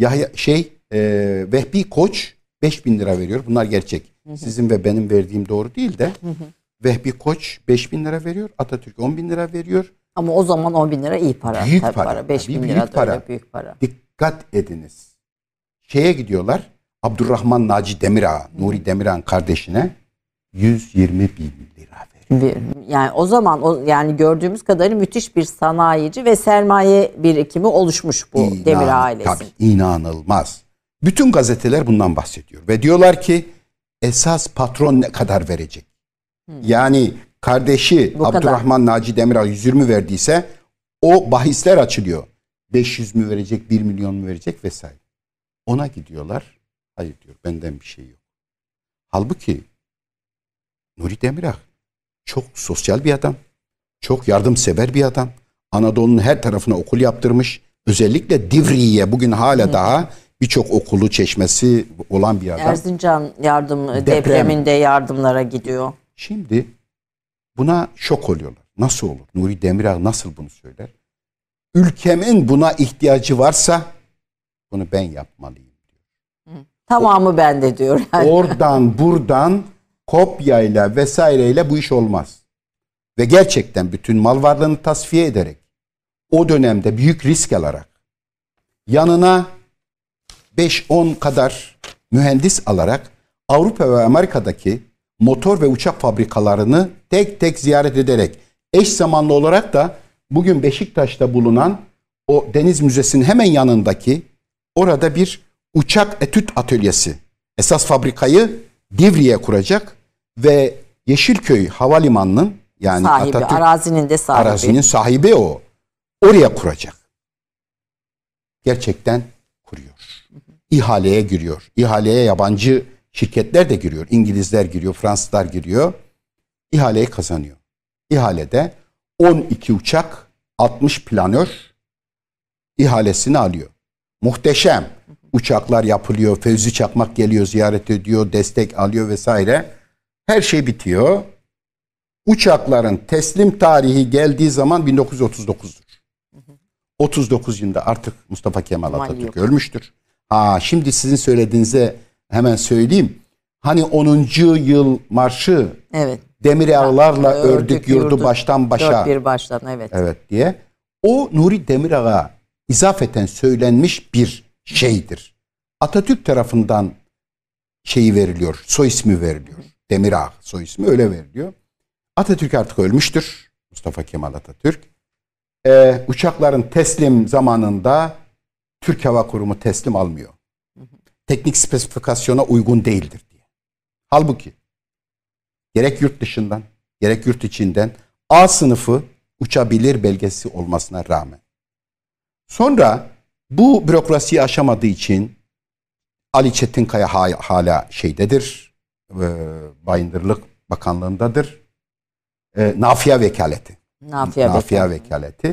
Vehbi Koç 5 bin lira veriyor. Bunlar gerçek. Sizin ve benim verdiğim doğru değil de Vehbi Koç 5 bin lira veriyor. Atatürk 10 bin lira veriyor. Ama o zaman 10 bin lira iyi para. Büyük Tabii para. 5 Tabii bin büyük lira da para. öyle büyük para. Dikkat ediniz. Şeye gidiyorlar. Abdurrahman Naci Demirağ, Nuri Demirağ'ın kardeşine 120 bin lira veriyor. Yani o zaman yani gördüğümüz kadarıyla müthiş bir sanayici ve sermaye birikimi oluşmuş bu Demirağ ailesi. Tabii, inanılmaz. Bütün gazeteler bundan bahsediyor. Ve diyorlar ki esas patron ne kadar verecek? Yani kardeşi Bu Abdurrahman Naci Demirağ 120 verdiyse o bahisler açılıyor. 500 mü verecek, 1 milyon mu verecek vesaire. Ona gidiyorlar. Hayır diyor, benden bir şey yok. Halbuki Nuri Demirağ çok sosyal bir adam. Çok yardımsever bir adam. Anadolu'nun her tarafına okul yaptırmış. Özellikle Divriği'ye bugün hala daha birçok okulu, çeşmesi olan bir adam. Erzincan depreminde yardımlara gidiyor. Şimdi buna şok oluyorlar. Nasıl olur? Nuri Demirağ nasıl bunu söyler? Ülkemin buna ihtiyacı varsa bunu ben yapmalıyım. Tamamı bende diyor. Yani. Oradan buradan kopyayla vesaireyle bu iş olmaz. Ve gerçekten bütün mal varlığını tasfiye ederek o dönemde büyük risk alarak yanına 5-10 kadar mühendis alarak Avrupa ve Amerika'daki motor ve uçak fabrikalarını tek tek ziyaret ederek eş zamanlı olarak da bugün Beşiktaş'ta bulunan o Deniz Müzesi'nin hemen yanındaki orada bir uçak etüt atölyesi. Esas fabrikayı Divriğe kuracak ve Yeşilköy Havalimanı'nın yani sahibi, Atatürk arazinin de sahibi. Arazinin sahibi o. Oraya kuracak. Gerçekten kuruyor. İhaleye giriyor. İhaleye yabancı şirketler de giriyor. İngilizler giriyor, Fransızlar giriyor. İhaleyi kazanıyor. İhalede 12 uçak, 60 planör ihalesini alıyor. Muhteşem. Uçaklar yapılıyor. Fevzi Çakmak geliyor, ziyaret ediyor, destek alıyor vesaire. Her şey bitiyor. Uçakların teslim tarihi geldiği zaman 1939'dur. 39 yılında artık Mustafa Kemal Atatürk ölmüştür. Şimdi sizin söylediğinize hemen söyleyeyim. Hani 10. yıl marşı, evet, demir ağlarla ördük yurdu baştan başa. Dört bir baştan, evet. Evet diye. O Nuri Demirağ'a izafeten söylenmiş bir şeydir. Atatürk tarafından şeyi veriliyor, soy ismi veriliyor. Demirağ soy ismi öyle veriliyor. Atatürk artık ölmüştür. Mustafa Kemal Atatürk. Uçakların teslim zamanında Türk Hava Kurumu teslim almıyor. Teknik spesifikasyona uygun değildir diye. Halbuki gerek yurt dışından gerek yurt içinden A sınıfı uçabilir belgesi olmasına rağmen. Sonra bu bürokrasiyi aşamadığı için Ali Çetinkaya hala şeydedir. Bayındırlık Bakanlığındadır. Nafia vekaleti. Nafia vekaleti.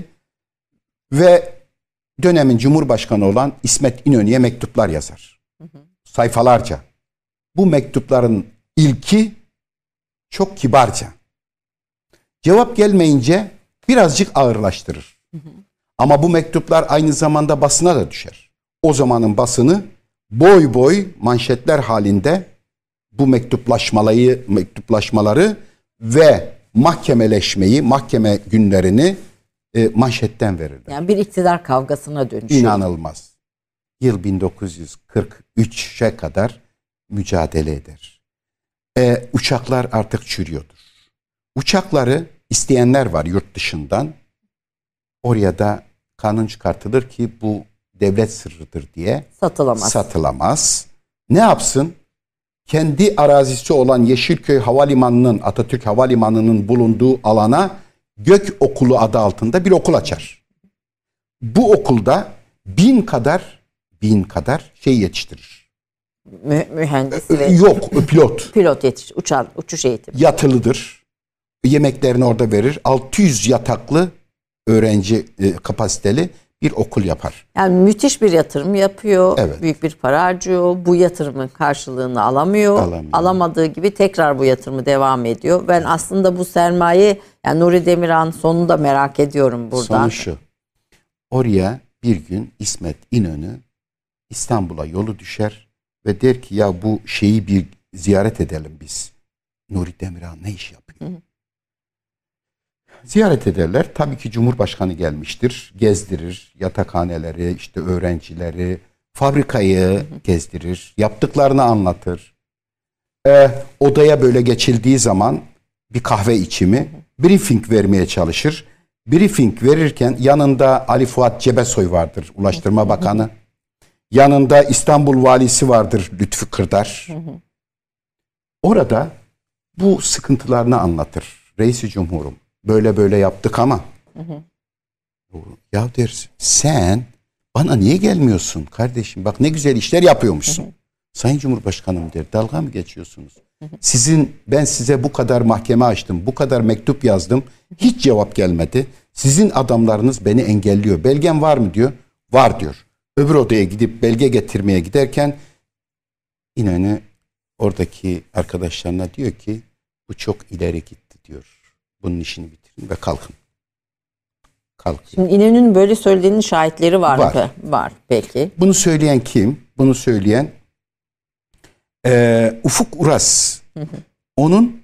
Ve dönemin Cumhurbaşkanı olan İsmet İnönü'ye mektuplar yazar. Sayfalarca. Bu mektupların ilki Çok kibarca. Cevap gelmeyince birazcık ağırlaştırır. Ama bu mektuplar aynı zamanda basına da düşer. O zamanın basını boy boy manşetler halinde bu mektuplaşmaları ve mahkemeleşmeyi, mahkeme günlerini manşetten verirler. Yani bir iktidar kavgasına dönüşüyor. İnanılmaz. Yıl 1943'e kadar mücadele eder. Uçaklar artık çürüyordur. Uçakları isteyenler var yurt dışından. Oraya da kanun çıkartılır ki bu devlet sırrıdır diye satılamaz. Ne yapsın? Kendi arazisi olan Yeşilköy Havalimanı'nın, Atatürk Havalimanı'nın bulunduğu alana Gök Okulu adı altında bir okul açar. Bu okulda 1000 kadar şey yetiştirir. Mühendis ve Yok, pilot. pilot uçuş eğitimi. Yatılıdır. Yemeklerini orada verir. 600 yataklı öğrenci kapasiteli bir okul yapar. Yani müthiş bir yatırım yapıyor. Evet. Büyük bir para harcıyor. Bu yatırımın karşılığını alamıyor. Alamadığı gibi tekrar bu yatırımı devam ediyor. Ben aslında bu sermaye, yani Nuri Demirhan sonunu da merak ediyorum buradan. Sonu şu. Oraya bir gün İsmet İnönü İstanbul'a yolu düşer ve der ki ya bu şeyi bir ziyaret edelim biz. Nuri Demirhan ne iş yapıyor? Ziyaret ederler. Tabii ki Cumhurbaşkanı gelmiştir. Gezdirir. Yatakhaneleri, işte öğrencileri, fabrikayı gezdirir. Yaptıklarını anlatır. Odaya böyle geçildiği zaman bir kahve içimi, briefing vermeye çalışır. Briefing verirken yanında Ali Fuat Cebesoy vardır, Ulaştırma Bakanı. Yanında İstanbul Valisi vardır, Lütfü Kırdar. Orada bu sıkıntılarını anlatır. Reis-i Cumhurum, böyle böyle yaptık ama ya der, sen bana niye gelmiyorsun kardeşim? Bak ne güzel işler yapıyormuşsun. Sayın Cumhurbaşkanım der, dalga mı geçiyorsunuz? Ben size bu kadar mahkeme açtım, bu kadar mektup yazdım, hiç cevap gelmedi. Sizin adamlarınız beni engelliyor. Belgen var mı diyor. Var diyor. Öbür odaya gidip belge getirmeye giderken İnönü oradaki arkadaşlarına diyor ki bu çok ileri gitti diyor. Bunun işini bitirin ve kalkın. Şimdi İnönü'nün böyle söylediğinin şahitleri var mı? Var. Peki. Bunu söyleyen kim? Bunu söyleyen Ufuk Uras. Onun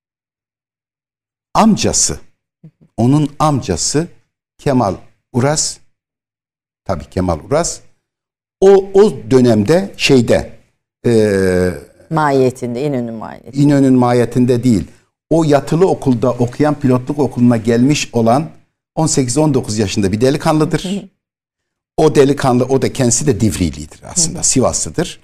amcası. Onun amcası Kemal Uras. Tabii Kemal Uras. O dönemde mahiyetinde, İnönü mahiyetinde. İnönü'nün mahiyetinde değil. O yatılı okulda okuyan pilotluk okuluna gelmiş olan 18-19 yaşında bir delikanlıdır. O delikanlı, o da kendisi de Divriğlidir aslında. Sivaslıdır.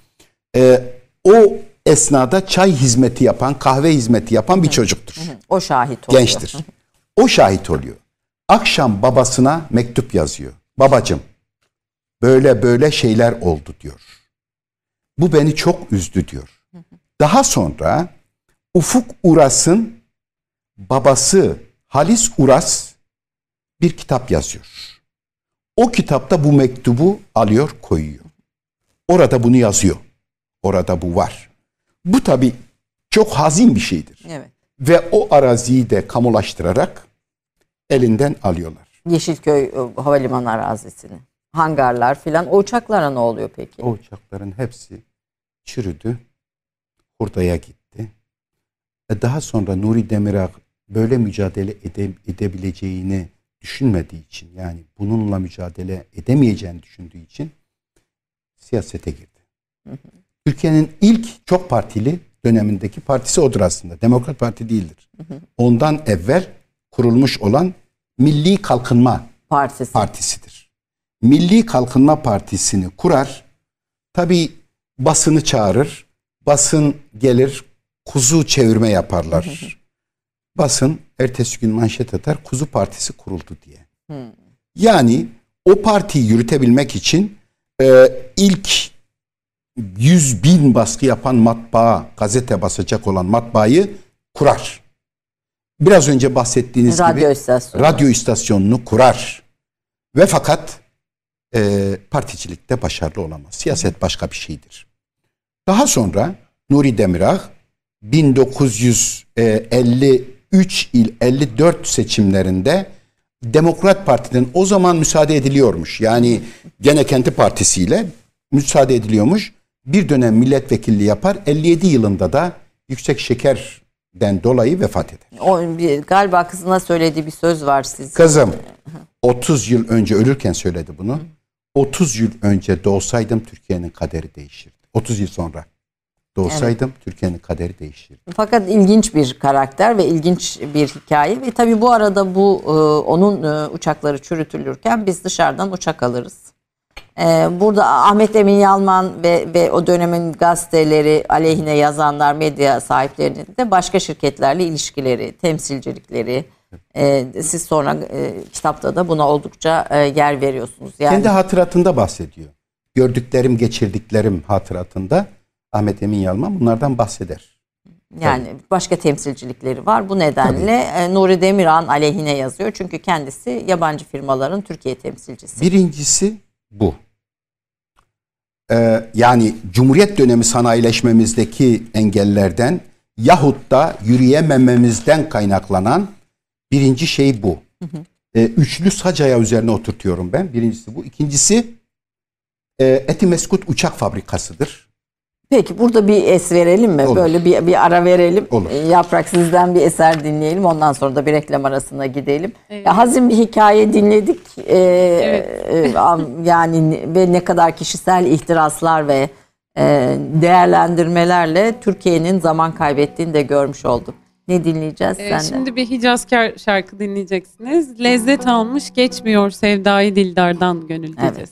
O esnada çay hizmeti yapan, kahve hizmeti yapan bir çocuktur. O şahit oluyor. Gençtir. O şahit oluyor. Akşam babasına mektup yazıyor. Babacığım, böyle böyle şeyler oldu diyor. Bu beni çok üzdü diyor. Daha sonra Ufuk Uras'ın babası Halis Uras bir kitap yazıyor. O kitapta bu mektubu alıyor, koyuyor. Orada bunu yazıyor. Orada bu var. Bu tabii çok hazin bir şeydir. Evet. Ve o araziyi de kamulaştırarak elinden alıyorlar. Yeşilköy Havalimanı arazisini. Hangarlar filan. O uçaklara ne oluyor peki? O uçakların hepsi çürüdü. Hurdaya gitti. Daha sonra Nuri Demirhan böyle mücadele edebileceğini düşünmediği için, yani bununla mücadele edemeyeceğini düşündüğü için siyasete girdi. Türkiye'nin ilk çok partili dönemindeki partisi odur aslında. Demokrat Parti değildir. Ondan evvel kurulmuş olan Milli Kalkınma Partisi'dir. Milli Kalkınma Partisi'ni kurar. Tabii basını çağırır. Basın gelir, kuzu çevirme yaparlar. Basın ertesi gün manşet atar, Kuzu Partisi kuruldu diye. Yani o partiyi yürütebilmek için ilk 100.000 baskı yapan matbaa, gazete basacak olan matbaayı kurar. Biraz önce bahsettiğiniz gibi radyo istasyonunu kurar. Ve fakat particilikte başarılı olamaz. Siyaset başka bir şeydir. Daha sonra Nuri Demirhan 1953-54 seçimlerinde Demokrat Parti'den o zaman müsaade ediliyormuş. Yani gene kendi partisiyle müsaade ediliyormuş. Bir dönem milletvekilliği yapar. 57 yılında da yüksek şekerden dolayı vefat eder. Galiba kızına söylediği bir söz var sizin. Kızım 30 yıl önce ölürken söyledi bunu. 30 yıl önce doğsaydım Türkiye'nin kaderi değişirdi. 30 yıl sonra doğsaydım Türkiye'nin kaderi değişirdi. Fakat ilginç bir karakter ve ilginç bir hikaye ve tabii bu arada onun uçakları çürütülürken biz dışarıdan uçak alırız. Burada Ahmet Emin Yalman ve o dönemin gazeteleri aleyhine yazanlar, medya sahiplerinin de başka şirketlerle ilişkileri, temsilcilikleri, siz sonra kitapta da buna oldukça yer veriyorsunuz. Yani, kendi hatıratında bahsediyor. Gördüklerim, geçirdiklerim hatıratında Ahmet Emin Yalman bunlardan bahseder. Yani başka temsilcilikleri var. Bu nedenle Nuri Demirhan aleyhine yazıyor. Çünkü kendisi yabancı firmaların Türkiye temsilcisi. Birincisi bu. Yani Cumhuriyet dönemi sanayileşmemizdeki engellerden yahut da yürüyemememizden kaynaklanan birinci şey bu. Üçlü sacaya üzerine oturtuyorum ben. Birincisi bu. İkincisi Etimeskut uçak fabrikasıdır. Peki burada bir es verelim mi? Olur. Böyle bir ara verelim. Olur. Yaprak sizden bir eser dinleyelim. Ondan sonra da bir reklam arasına gidelim. Hazin bir hikaye dinledik. Yani ve ne kadar kişisel ihtiraslar ve değerlendirmelerle Türkiye'nin zaman kaybettiğini de görmüş olduk. Ne dinleyeceğiz senden? Şimdi bir Hicazkar şarkı dinleyeceksiniz. Lezzet almış geçmiyor sevdayı dildardan gönül diyeceğiz.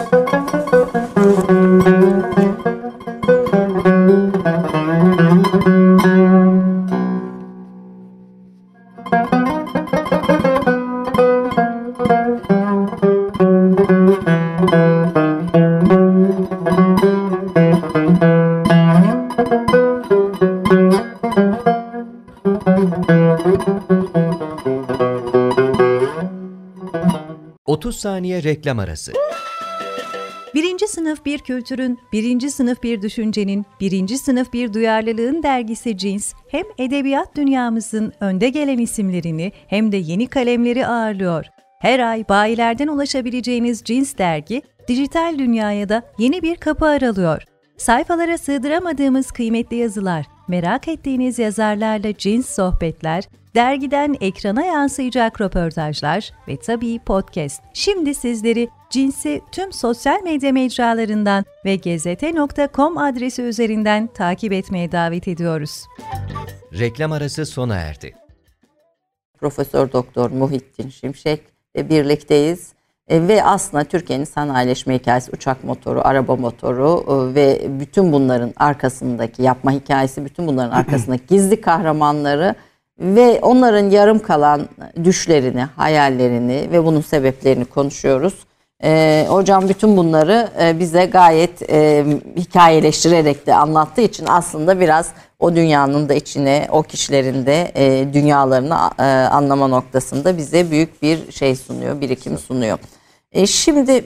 ...30 saniye reklam arası. Birinci sınıf bir kültürün, birinci sınıf bir düşüncenin, birinci sınıf bir duyarlılığın dergisi Cins, hem edebiyat dünyamızın önde gelen isimlerini hem de yeni kalemleri ağırlıyor. Her ay bayilerden ulaşabileceğiniz Cins dergi, dijital dünyaya da yeni bir kapı aralıyor. Sayfalara sığdıramadığımız kıymetli yazılar, merak ettiğiniz yazarlarla Cins sohbetler, dergiden ekrana yansıyacak röportajlar ve tabii podcast. Şimdi sizleri Cins'i tüm sosyal medya mecralarından ve gezete.com adresi üzerinden takip etmeye davet ediyoruz. Reklam arası sona erdi. Profesör Doktor Muhittin Şimşek birlikteyiz. Ve aslında Türkiye'nin sanayileşme hikayesi, uçak motoru, araba motoru ve bütün bunların arkasındaki yapma hikayesi, bütün bunların arkasındaki gizli kahramanları ve onların yarım kalan düşlerini, hayallerini ve bunun sebeplerini konuşuyoruz. Hocam bütün bunları bize gayet hikayeleştirerek de anlattığı için aslında biraz o dünyanın da içine, o kişilerin de dünyalarını anlama noktasında bize büyük bir şey sunuyor, birikim sunuyor. Şimdi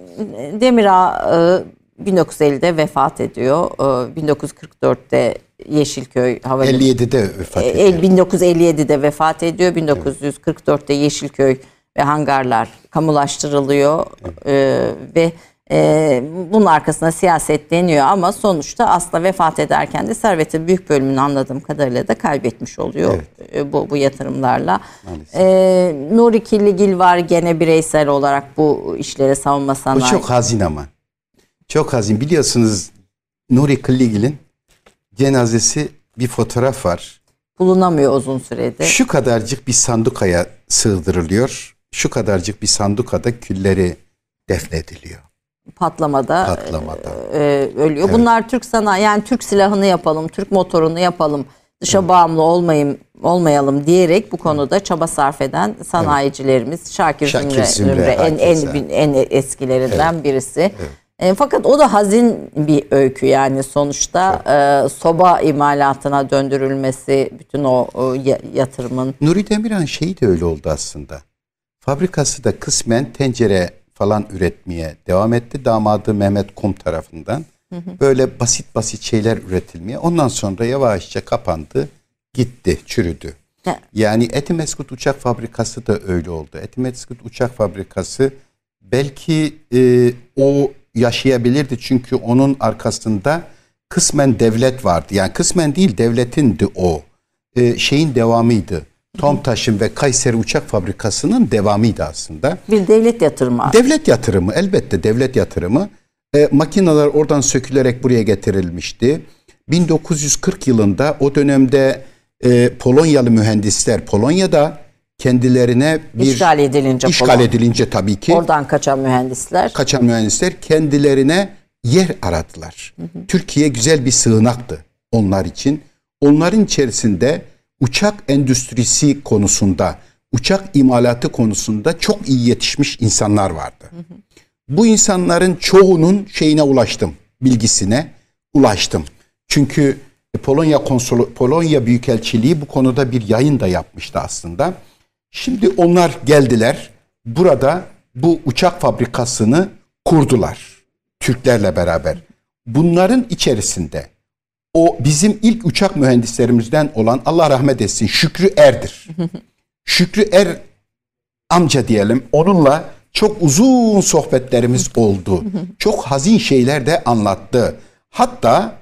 Demirağ 1950'de vefat ediyor. 1944'te Yeşilköy Havalimanı 57'de vefat ediyor. 1957'de vefat ediyor. 1944'te Yeşilköy ve hangarlar kamulaştırılıyor ve bunun arkasına siyaset deniyor ama sonuçta aslında vefat ederken de servetin büyük bölümünü anladığım kadarıyla da kaybetmiş oluyor bu yatırımlarla. Nuri Killigil var gene bireysel olarak bu işlere savunma sanayi. Bu çok hazin ama. Çok hazin. Biliyorsunuz Nuri Killigil'in cenazesi bir fotoğraf var. Bulunamıyor uzun süredir. Şu kadarcık bir sandukaya sığdırılıyor. Şu kadarcık bir sandukada külleri defnediliyor. Patlamada. Ölüyor. Evet. Bunlar Türk sanayi, yani Türk silahını yapalım, Türk motorunu yapalım, dışa bağımlı olmayalım diyerek bu konuda çaba sarf eden sanayicilerimiz. Şakir Zümre en eskilerinden birisi. Fakat o da hazin bir öykü yani sonuçta soba imalatına döndürülmesi, bütün o yatırımın. Nuri Demirhan şeyi de öyle oldu aslında. Fabrikası da kısmen tencere falan üretmeye devam etti. Damadı Mehmet Kom tarafından. Böyle basit basit şeyler üretilmeye. Ondan sonra yavaşça kapandı, gitti, çürüdü. Yani Etimeskut Uçak Fabrikası da öyle oldu. Etimeskut Uçak Fabrikası belki o yaşayabilirdi çünkü onun arkasında kısmen devlet vardı. Yani kısmen değil, devletindi o. Şeyin devamıydı. TOMTAŞ'ın ve Kayseri Uçak Fabrikası'nın devamıydı aslında. Bir devlet yatırımı. Devlet yatırımı, elbette devlet yatırımı. Makineler oradan sökülerek buraya getirilmişti. 1940 yılında o dönemde Polonyalı mühendisler Polonya'da kendilerine bir işgal edilince tabii ki oradan kaçan mühendisler kendilerine yer aradılar. Türkiye güzel bir sığınaktı onlar için. Onların içerisinde uçak endüstrisi konusunda, uçak imalatı konusunda çok iyi yetişmiş insanlar vardı. Bu insanların çoğunun bilgisine ulaştım. Çünkü Polonya Büyükelçiliği bu konuda bir yayın da yapmıştı aslında. Şimdi onlar geldiler. Burada bu uçak fabrikasını kurdular. Türklerle beraber. Bunların içerisinde o bizim ilk uçak mühendislerimizden olan, Allah rahmet etsin, Şükrü Er'dir. Şükrü Er amca diyelim. Onunla çok uzun sohbetlerimiz oldu. Çok hazin şeyler de anlattı. Hatta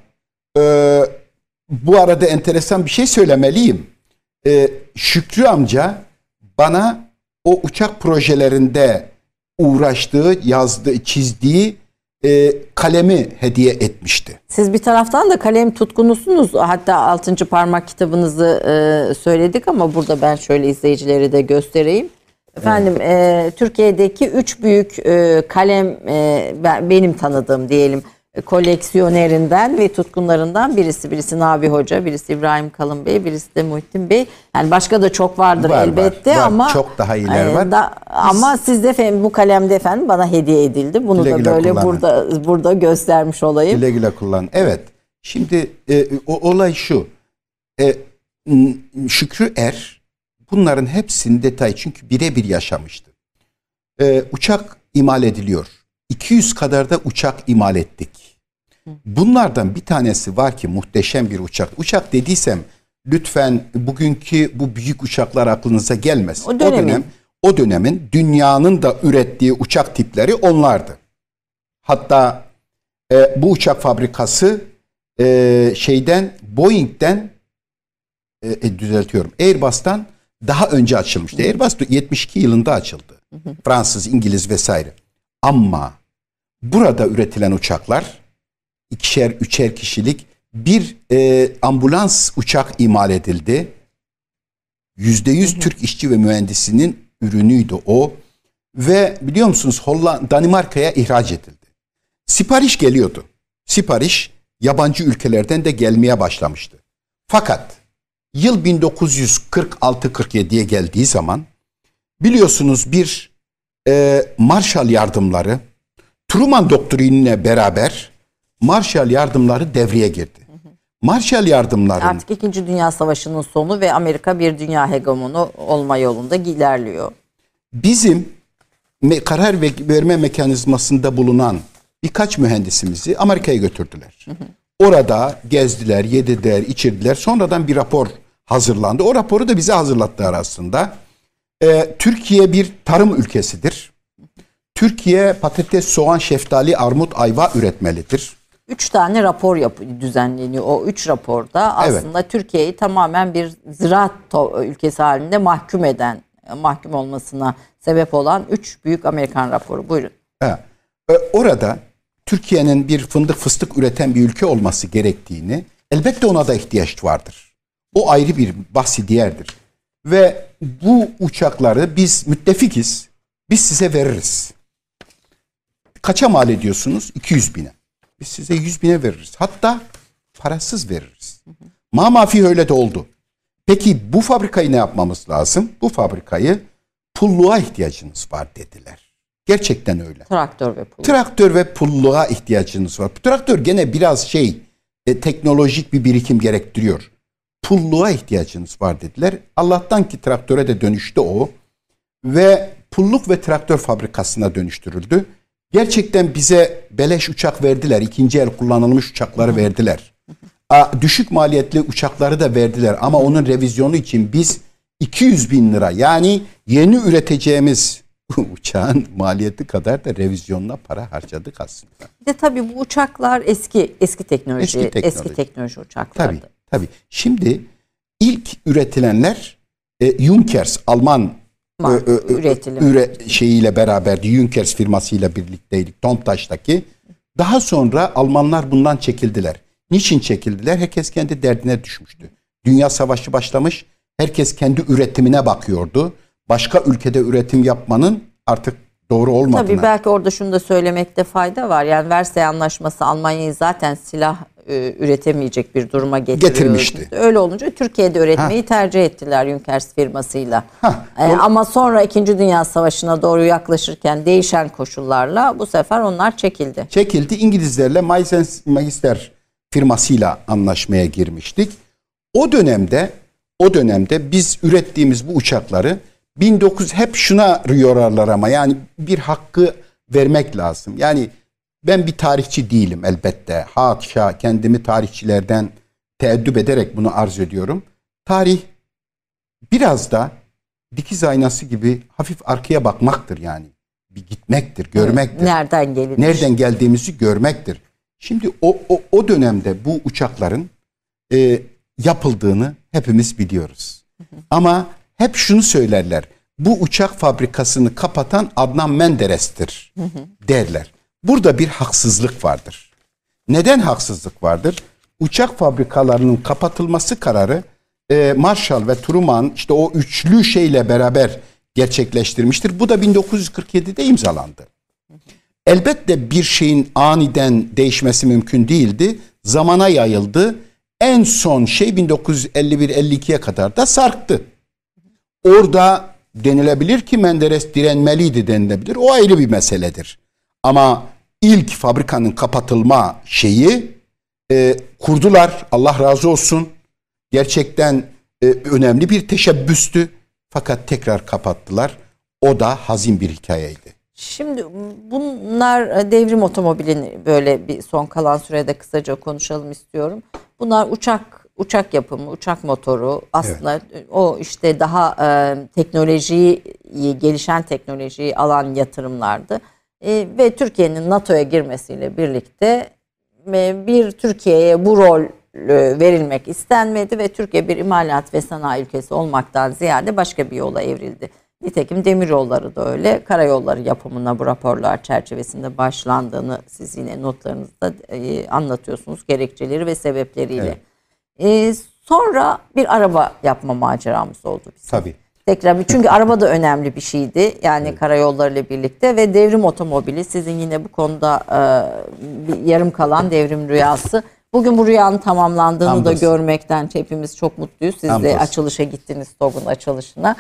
bu arada enteresan bir şey söylemeliyim. Şükrü amca bana o uçak projelerinde uğraştığı, yazdığı, çizdiği kalemi hediye etmişti. Siz bir taraftan da kalem tutkunusunuz. Hatta 6. parmak kitabınızı söyledik ama burada ben şöyle izleyicilere de göstereyim. Efendim Türkiye'deki 3 büyük kalem benim tanıdığım diyelim koleksiyonerinden ve tutkunlarından birisi Nabi Hoca, birisi İbrahim Kalın Bey, birisi de Muhittin Bey. Yani başka da çok vardır elbette var. Ama çok daha iyiler var. Ama sizde efendim bu kalemde efendim bana hediye edildi. Bunu güle da güle böyle kullanın. burada göstermiş olayım. Güle güle kullan. Evet. Şimdi olay şu. Şükrü Er bunların hepsinin detayı çünkü birebir yaşamıştı. Uçak imal ediliyor. 200 kadar da uçak imal ettik. Bunlardan bir tanesi var ki muhteşem bir uçak. Uçak dediysem lütfen bugünkü bu büyük uçaklar aklınıza gelmesin. O dönemin dünyanın da ürettiği uçak tipleri onlardı. Hatta bu uçak fabrikası Boeing'den Airbus'tan daha önce açılmıştı. Airbus 72 yılında açıldı. Fransız, İngiliz vesaire. Ama burada üretilen uçaklar 2'şer 3'er kişilik bir ambulans uçak imal edildi. %100 Türk işçi ve mühendisinin ürünüydü o. Ve biliyor musunuz Danimarka'ya ihraç edildi. Sipariş geliyordu. Sipariş yabancı ülkelerden de gelmeye başlamıştı. Fakat yıl 1946-47'ye geldiği zaman biliyorsunuz bir Marshall yardımları Truman doktrinine beraber Marshall yardımları devreye girdi. Marshall yardımları artık 2. Dünya Savaşı'nın sonu ve Amerika bir dünya hegemonu olma yolunda ilerliyor. Bizim karar verme mekanizmasında bulunan birkaç mühendisimizi Amerika'ya götürdüler. Orada gezdiler, yediler, içirdiler. Sonradan bir rapor hazırlandı. O raporu da bize hazırlattılar aslında. Türkiye bir tarım ülkesidir. Türkiye patates, soğan, şeftali, armut, ayva üretmelidir. 3 tane rapor düzenleniyor. O 3 raporda aslında Türkiye'yi tamamen bir ziraat ülkesi halinde mahkum olmasına sebep olan 3 büyük Amerikan raporu. Buyurun. Orada Türkiye'nin bir fındık fıstık üreten bir ülke olması gerektiğini, elbette ona da ihtiyaç vardır. O ayrı bir bahsi diğerdir. Ve bu uçakları biz müttefikiz, biz size veririz. Kaça mal ediyorsunuz? 200 bine. Biz size 100 bine veririz. Hatta parasız veririz. Mamafi öyle de oldu. Peki bu fabrikayı ne yapmamız lazım? Bu fabrikayı pulluğa ihtiyacınız var dediler. Gerçekten öyle. Traktör ve pulluğa ihtiyacınız var. Traktör gene biraz teknolojik bir birikim gerektiriyor. Pulluğa ihtiyacınız var dediler. Allah'tan ki traktöre de dönüştü o. Ve pulluk ve traktör fabrikasına dönüştürüldü. Gerçekten bize beleş uçak verdiler. İkinci el kullanılmış uçakları verdiler. Düşük maliyetli uçakları da verdiler. Ama onun revizyonu için biz 200 bin lira, yani yeni üreteceğimiz uçağın maliyeti kadar da revizyonuna para harcadık aslında. Bir de tabii bu uçaklar eski teknoloji uçaklardı. Tabii. Şimdi ilk üretilenler Junkers Alman şeyiyle beraberdi. Junkers firmasıyla birlikteydik Tomtaş'taki. Daha sonra Almanlar bundan çekildiler. Niçin çekildiler? Herkes kendi derdine düşmüştü. Dünya Savaşı başlamış. Herkes kendi üretimine bakıyordu. Başka ülkede üretim yapmanın artık doğru olmadığını. Tabii belki orada şunu da söylemekte fayda var. Yani Versay Anlaşması Almanya'yı zaten silah üretemeyecek bir duruma getirmişti. Öyle olunca Türkiye'de üretmeyi tercih ettiler Junkers firmasıyla. Ama sonra 2. Dünya Savaşı'na doğru yaklaşırken değişen koşullarla bu sefer onlar çekildi. İngilizlerle Magister firmasıyla anlaşmaya girmiştik. O dönemde biz ürettiğimiz bu uçakları hep şuna yorarlar ama yani bir hakkı vermek lazım. Yani ben bir tarihçi değilim elbette. Haşa, kendimi tarihçilerden teeddüp ederek bunu arz ediyorum. Tarih biraz da dikiz aynası gibi hafif arkaya bakmaktır yani. Bir gitmektir, görmektir. Nereden geldiğimizi görmektir. Şimdi o dönemde bu uçakların yapıldığını hepimiz biliyoruz. Ama hep şunu söylerler. Bu uçak fabrikasını kapatan Adnan Menderes'tir derler. Burada bir haksızlık vardır. Neden haksızlık vardır? Uçak fabrikalarının kapatılması kararı Marshall ve Truman işte o üçlü şeyle beraber gerçekleştirmiştir. Bu da 1947'de imzalandı. Elbette bir şeyin aniden değişmesi mümkün değildi. Zamana yayıldı. En son şey 1951-52'ye kadar da sarktı. Orada denilebilir ki Menderes direnmeliydi denilebilir. O ayrı bir meseledir. Ama ilk fabrikanın kapatılma şeyi kurdular. Allah razı olsun. Gerçekten önemli bir teşebbüstü. Fakat tekrar kapattılar. O da hazin bir hikayeydi. Şimdi bunlar devrim otomobilini böyle bir son kalan sürede kısaca konuşalım istiyorum. Bunlar uçak yapımı, uçak motoru aslında o işte daha gelişen teknolojiyi alan yatırımlardı. Ve Türkiye'nin NATO'ya girmesiyle birlikte bir Türkiye'ye bu rol verilmek istenmedi ve Türkiye bir imalat ve sanayi ülkesi olmaktan ziyade başka bir yola evrildi. Nitekim demiryolları da öyle. Karayolları yapımına bu raporlar çerçevesinde başlandığını siz yine notlarınızda anlatıyorsunuz gerekçeleri ve sebepleriyle. Sonra bir araba yapma maceramız oldu bizim. Tabii. Tekrar çünkü araba da önemli bir şeydi. Yani karayollarıyla birlikte ve devrim otomobili sizin yine bu konuda yarım kalan devrim rüyası. Bugün bu rüyanın tamamlandığını da görmekten hepimiz çok mutluyuz. Siz de açılışa gittiniz, TOG'un açılışına.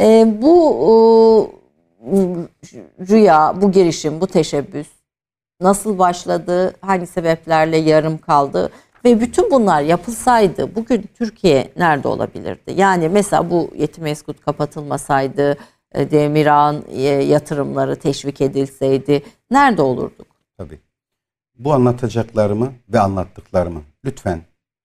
Bu rüya, bu girişim, bu teşebbüs nasıl başladı, hangi sebeplerle yarım kaldı ve bütün bunlar yapılsaydı bugün Türkiye nerede olabilirdi? Yani mesela bu Yetimeskut kapatılmasaydı, Demirağ'ın yatırımları teşvik edilseydi nerede olurduk? Tabii. Bu anlatacaklarımı ve anlattıklarımı lütfen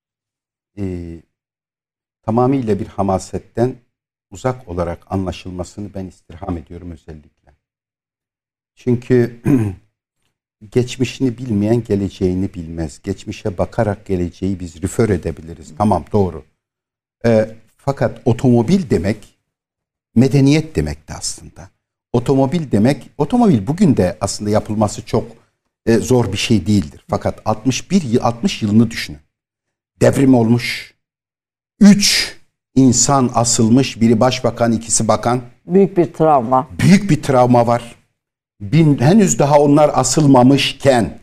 tamamıyla bir hamasetten uzak olarak anlaşılmasını ben istirham ediyorum özellikle. Çünkü geçmişini bilmeyen geleceğini bilmez. Geçmişe bakarak geleceği biz refer edebiliriz. Tamam, doğru. Fakat otomobil demek medeniyet demekti aslında. Otomobil bugün de aslında yapılması çok zor bir şey değildir. Fakat 60 yılını düşünün. Devrim olmuş. 3 insan asılmış. Biri başbakan, ikisi bakan. Büyük bir travma. Büyük bir travma var. Henüz daha onlar asılmamışken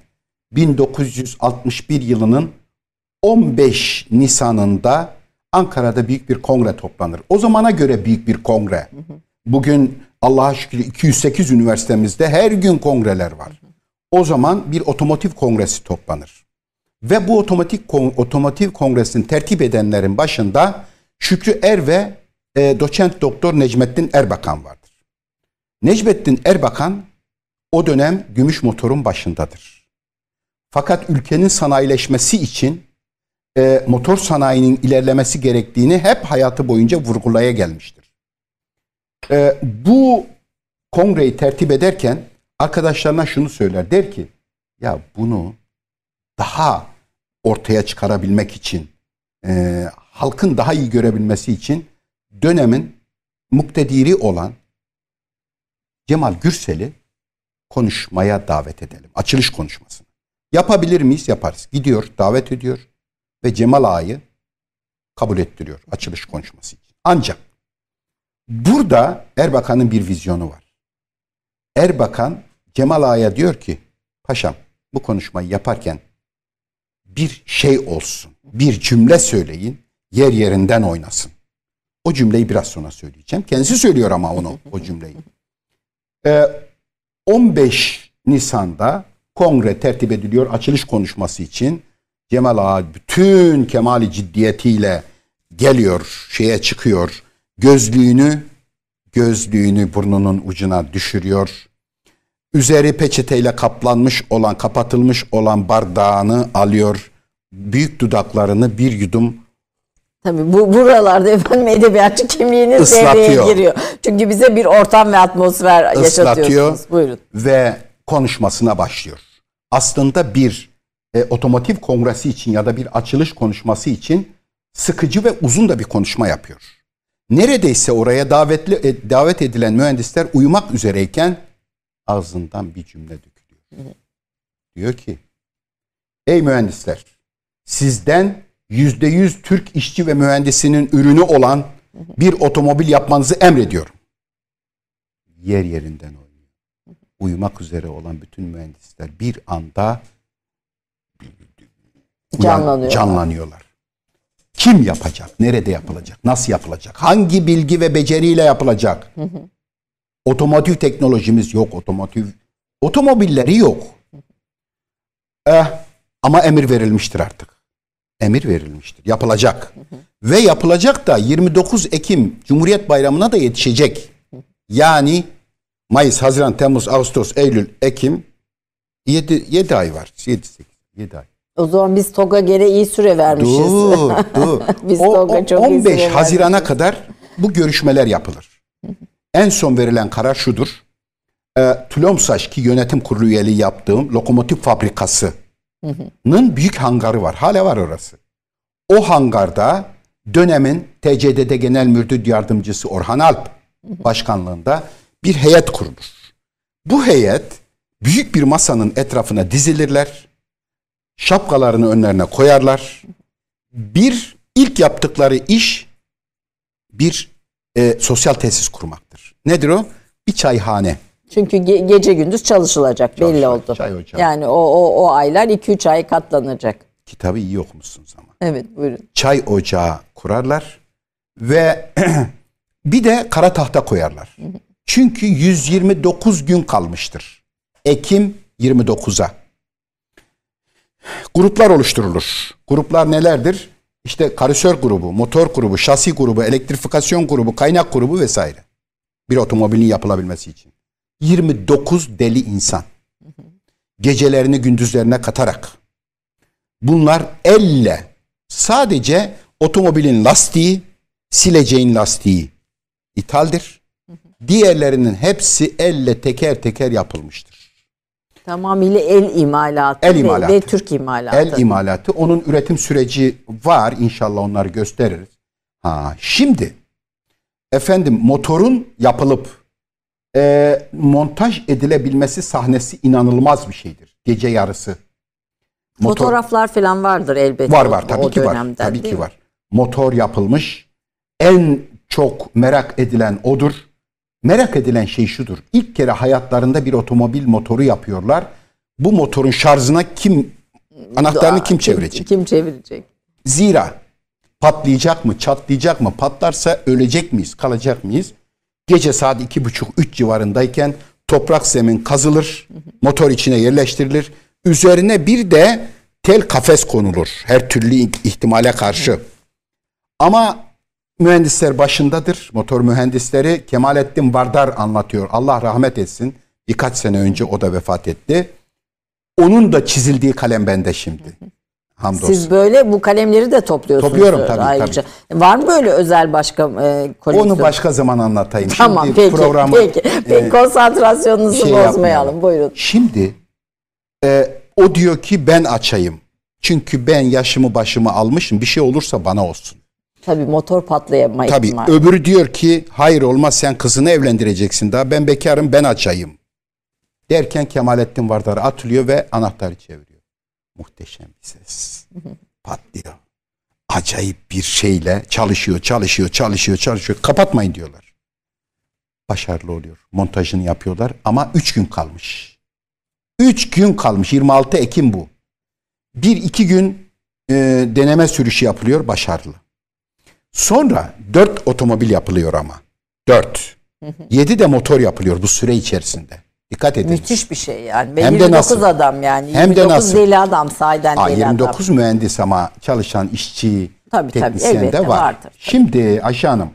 1961 yılının 15 Nisan'ında Ankara'da büyük bir kongre toplanır. O zamana göre büyük bir kongre. Bugün Allah'a şükür 208 üniversitemizde her gün kongreler var. O zaman bir otomotiv kongresi toplanır. Ve bu otomotiv kongresini tertip edenlerin başında Şükrü Er ve doçent doktor Necmettin Erbakan vardır. Necmettin Erbakan o dönem gümüş motorun başındadır. Fakat ülkenin sanayileşmesi için motor sanayinin ilerlemesi gerektiğini hep hayatı boyunca vurgulaya gelmiştir. Bu kongreyi tertip ederken arkadaşlarına şunu söyler. Der ki ya bunu daha ortaya çıkarabilmek için, halkın daha iyi görebilmesi için dönemin muktediri olan Cemal Gürsel'i konuşmaya davet edelim. Açılış konuşmasını. Yapabilir miyiz? Yaparız. Gidiyor, davet ediyor ve Cemal Ağa'yı kabul ettiriyor açılış konuşması için. Ancak burada Erbakan'ın bir vizyonu var. Erbakan Cemal Ağa'ya diyor ki paşam bu konuşmayı yaparken bir şey olsun, bir cümle söyleyin, yer yerinden oynasın. O cümleyi biraz sonra söyleyeceğim. Kendisi söylüyor ama o cümleyi. 15 Nisan'da kongre tertip ediliyor açılış konuşması için. Cemal Ağa bütün kemali ciddiyetiyle geliyor, çıkıyor. Gözlüğünü burnunun ucuna düşürüyor. Üzeri peçeteyle kapatılmış olan bardağını alıyor. Büyük dudaklarını bir yudum Tabii buralarda efendim edebiyatçı kimliğiniz devreye giriyor. Çünkü bize bir ortam ve atmosfer yaşatıyorsunuz. Buyurun. Ve konuşmasına başlıyor. Aslında bir otomotiv kongresi için ya da bir açılış konuşması için sıkıcı ve uzun da bir konuşma yapıyor. Neredeyse oraya davet edilen mühendisler uyumak üzereyken ağzından bir cümle dökülüyor. Diyor ki ey mühendisler, sizden %100 Türk işçi ve mühendisinin ürünü olan bir otomobil yapmanızı emrediyorum. Yer yerinden oynuyor. Uyumak üzere olan bütün mühendisler bir anda canlanıyorlar. Kim yapacak? Nerede yapılacak? Nasıl yapılacak? Hangi bilgi ve beceriyle yapılacak? Otomotiv teknolojimiz yok. Otomobilleri yok. Ama emir verilmiştir artık. Emir verilmiştir. Yapılacak. Ve yapılacak da 29 Ekim Cumhuriyet Bayramı'na da yetişecek. Yani Mayıs, Haziran, Temmuz, Ağustos, Eylül, Ekim 7 ay var. 7 ay. O zaman biz TOG'a iyi süre vermişiz. Dur. Biz TOG'a çok 15 Haziran'a kadar bu görüşmeler yapılır. En son verilen karar şudur. Tülomsaş ki yönetim kurulu üyeliği yaptığım lokomotif fabrikasının büyük hangarı var. Hala var orası. O hangarda dönemin TCDD Genel Müdür Yardımcısı Orhan Alp başkanlığında bir heyet kurulur. Bu heyet büyük bir masanın etrafına dizilirler. Şapkalarını önlerine koyarlar. İlk yaptıkları iş bir sosyal tesis kurmaktır. Nedir o? Bir çayhane. Çünkü gece gündüz çalışılacak belli oldu. Çay ocağı. Yani o aylar 2-3 ay katlanacak. Kitabı iyi okumuşsunuz ama. Evet buyurun. Çay ocağı kurarlar ve bir de kara tahta koyarlar. Çünkü 129 gün kalmıştır. Ekim 29'a. Gruplar oluşturulur. Gruplar nelerdir? İşte karosör grubu, motor grubu, şasi grubu, elektrifikasyon grubu, kaynak grubu vesaire. Bir otomobilin yapılabilmesi için. 29 deli insan. Gecelerini gündüzlerine katarak. Bunlar elle sadece otomobilin lastiği, sileceğin lastiği ithaldir. Diğerlerinin hepsi elle teker teker yapılmıştır. Tamamıyla el imalatı, ve Türk imalatı. El imalatı. Onun üretim süreci var. İnşallah onları gösteririz. Şimdi efendim motorun yapılıp montaj edilebilmesi sahnesi inanılmaz bir şeydir. Gece yarısı. Fotoğraflar falan vardır elbette. Var tabii ki var. Tabii ki var. Motor yapılmış. En çok merak edilen odur. Merak edilen şey şudur. İlk kere hayatlarında bir otomobil motoru yapıyorlar. Bu motorun şarjına anahtarını kim çevirecek? Kim çevirecek? Zira patlayacak mı, çatlayacak mı, patlarsa ölecek miyiz, kalacak mıyız? Gece saat 2.30-3 civarındayken toprak zemin kazılır, motor içine yerleştirilir. Üzerine bir de tel kafes konulur her türlü ihtimale karşı. Ama mühendisler başındadır. Motor mühendisleri Kemalettin Vardar anlatıyor. Allah rahmet etsin. Birkaç sene önce o da vefat etti. Onun da çizildiği kalem bende şimdi. Hamdolsun. Siz böyle bu kalemleri de topluyorsunuz. Topluyorum tabii, ayrıca. Var mı böyle özel başka koleksiyon? Onu başka zaman anlatayım. Tamam, şimdi peki, programı, peki. Konsantrasyonunuzu bozmayalım. yapmayalım. Buyurun. Şimdi o diyor ki ben açayım. Çünkü ben yaşımı başımı almışım. Bir şey olursa bana olsun. Tabii motor patlayama Tabii ihtimali. öbürü diyor ki hayır olmaz, sen kızını evlendireceksin daha. Ben bekarım, ben açayım. Derken Kemalettin Vardar atılıyor ve anahtarı çeviriyor. Muhteşem bir ses. Patlıyor. Acayip bir şeyle çalışıyor. Kapatmayın diyorlar. Başarılı oluyor. Montajını yapıyorlar ama 3 gün kalmış. 3 gün kalmış. 26 Ekim bu. 1-2 gün deneme sürüşü yapılıyor. Başarılı. Sonra 4 otomobil yapılıyor ama. 4. 7 de motor yapılıyor bu süre içerisinde. Dikkat edin. Müthiş bir şey yani. Ve Hem de 29 nasıl? adam yani. Hem de 29 nasıl? deli adam, sahiden deli 29 adam. mühendis ama çalışan işçi, Tabii, teknisyen elbette de var. vardır. Şimdi Ayşe Hanım,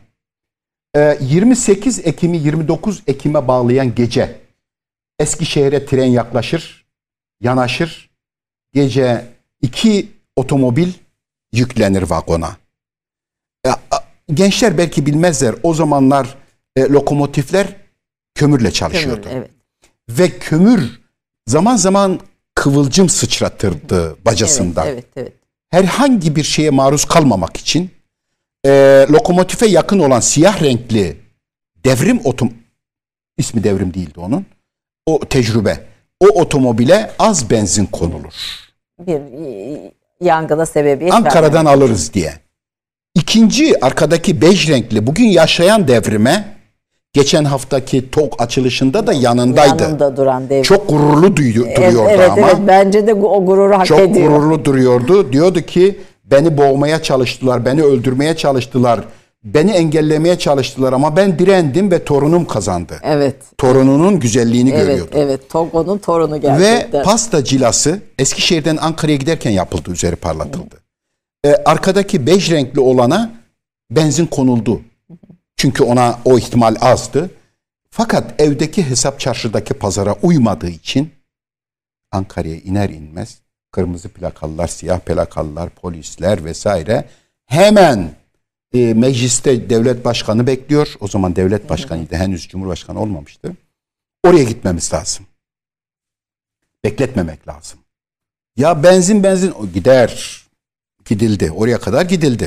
28 Ekim'i 29 Ekim'e bağlayan gece Eskişehir'e tren yaklaşır, yanaşır. Gece 2 otomobil yüklenir vagona. Gençler belki bilmezler, o zamanlar lokomotifler kömürle çalışıyordu. Kömür, evet. Ve kömür zaman zaman kıvılcım sıçratırdı bacasından. Evet. Herhangi bir şeye maruz kalmamak için lokomotife yakın olan siyah renkli devrim ismi devrim değildi onun. O tecrübe. O otomobile az benzin konulur. Bir yangına sebebiyet Ankara'dan alırız diye. İkinci arkadaki bej renkli bugün yaşayan devrime geçen haftaki TOG açılışında da yanındaydı. Yanında duran devrim. Çok gururlu duruyordu evet, ama. Evet, bence de o gururu hak Çok ediyor. gururlu duruyordu. Diyordu ki beni boğmaya çalıştılar, beni öldürmeye çalıştılar, beni engellemeye çalıştılar ama ben direndim ve torunum kazandı. Evet. Torununun güzelliğini görüyordu. Evet. Togo'nun torunu gerçekten. Ve pasta cilası Eskişehir'den Ankara'ya giderken yapıldı, üzeri parlatıldı. Arkadaki bej renkli olana benzin konuldu. Çünkü ona o ihtimal azdı. Fakat evdeki hesap çarşıdaki pazara uymadığı için Ankara'ya iner inmez kırmızı plakalılar, siyah plakalılar, polisler vesaire hemen mecliste devlet başkanı bekliyor. O zaman devlet başkanıydı, henüz cumhurbaşkanı olmamıştı. Oraya gitmemiz lazım. Bekletmemek lazım. Ya benzin o gider. Gidildi. Oraya kadar gidildi.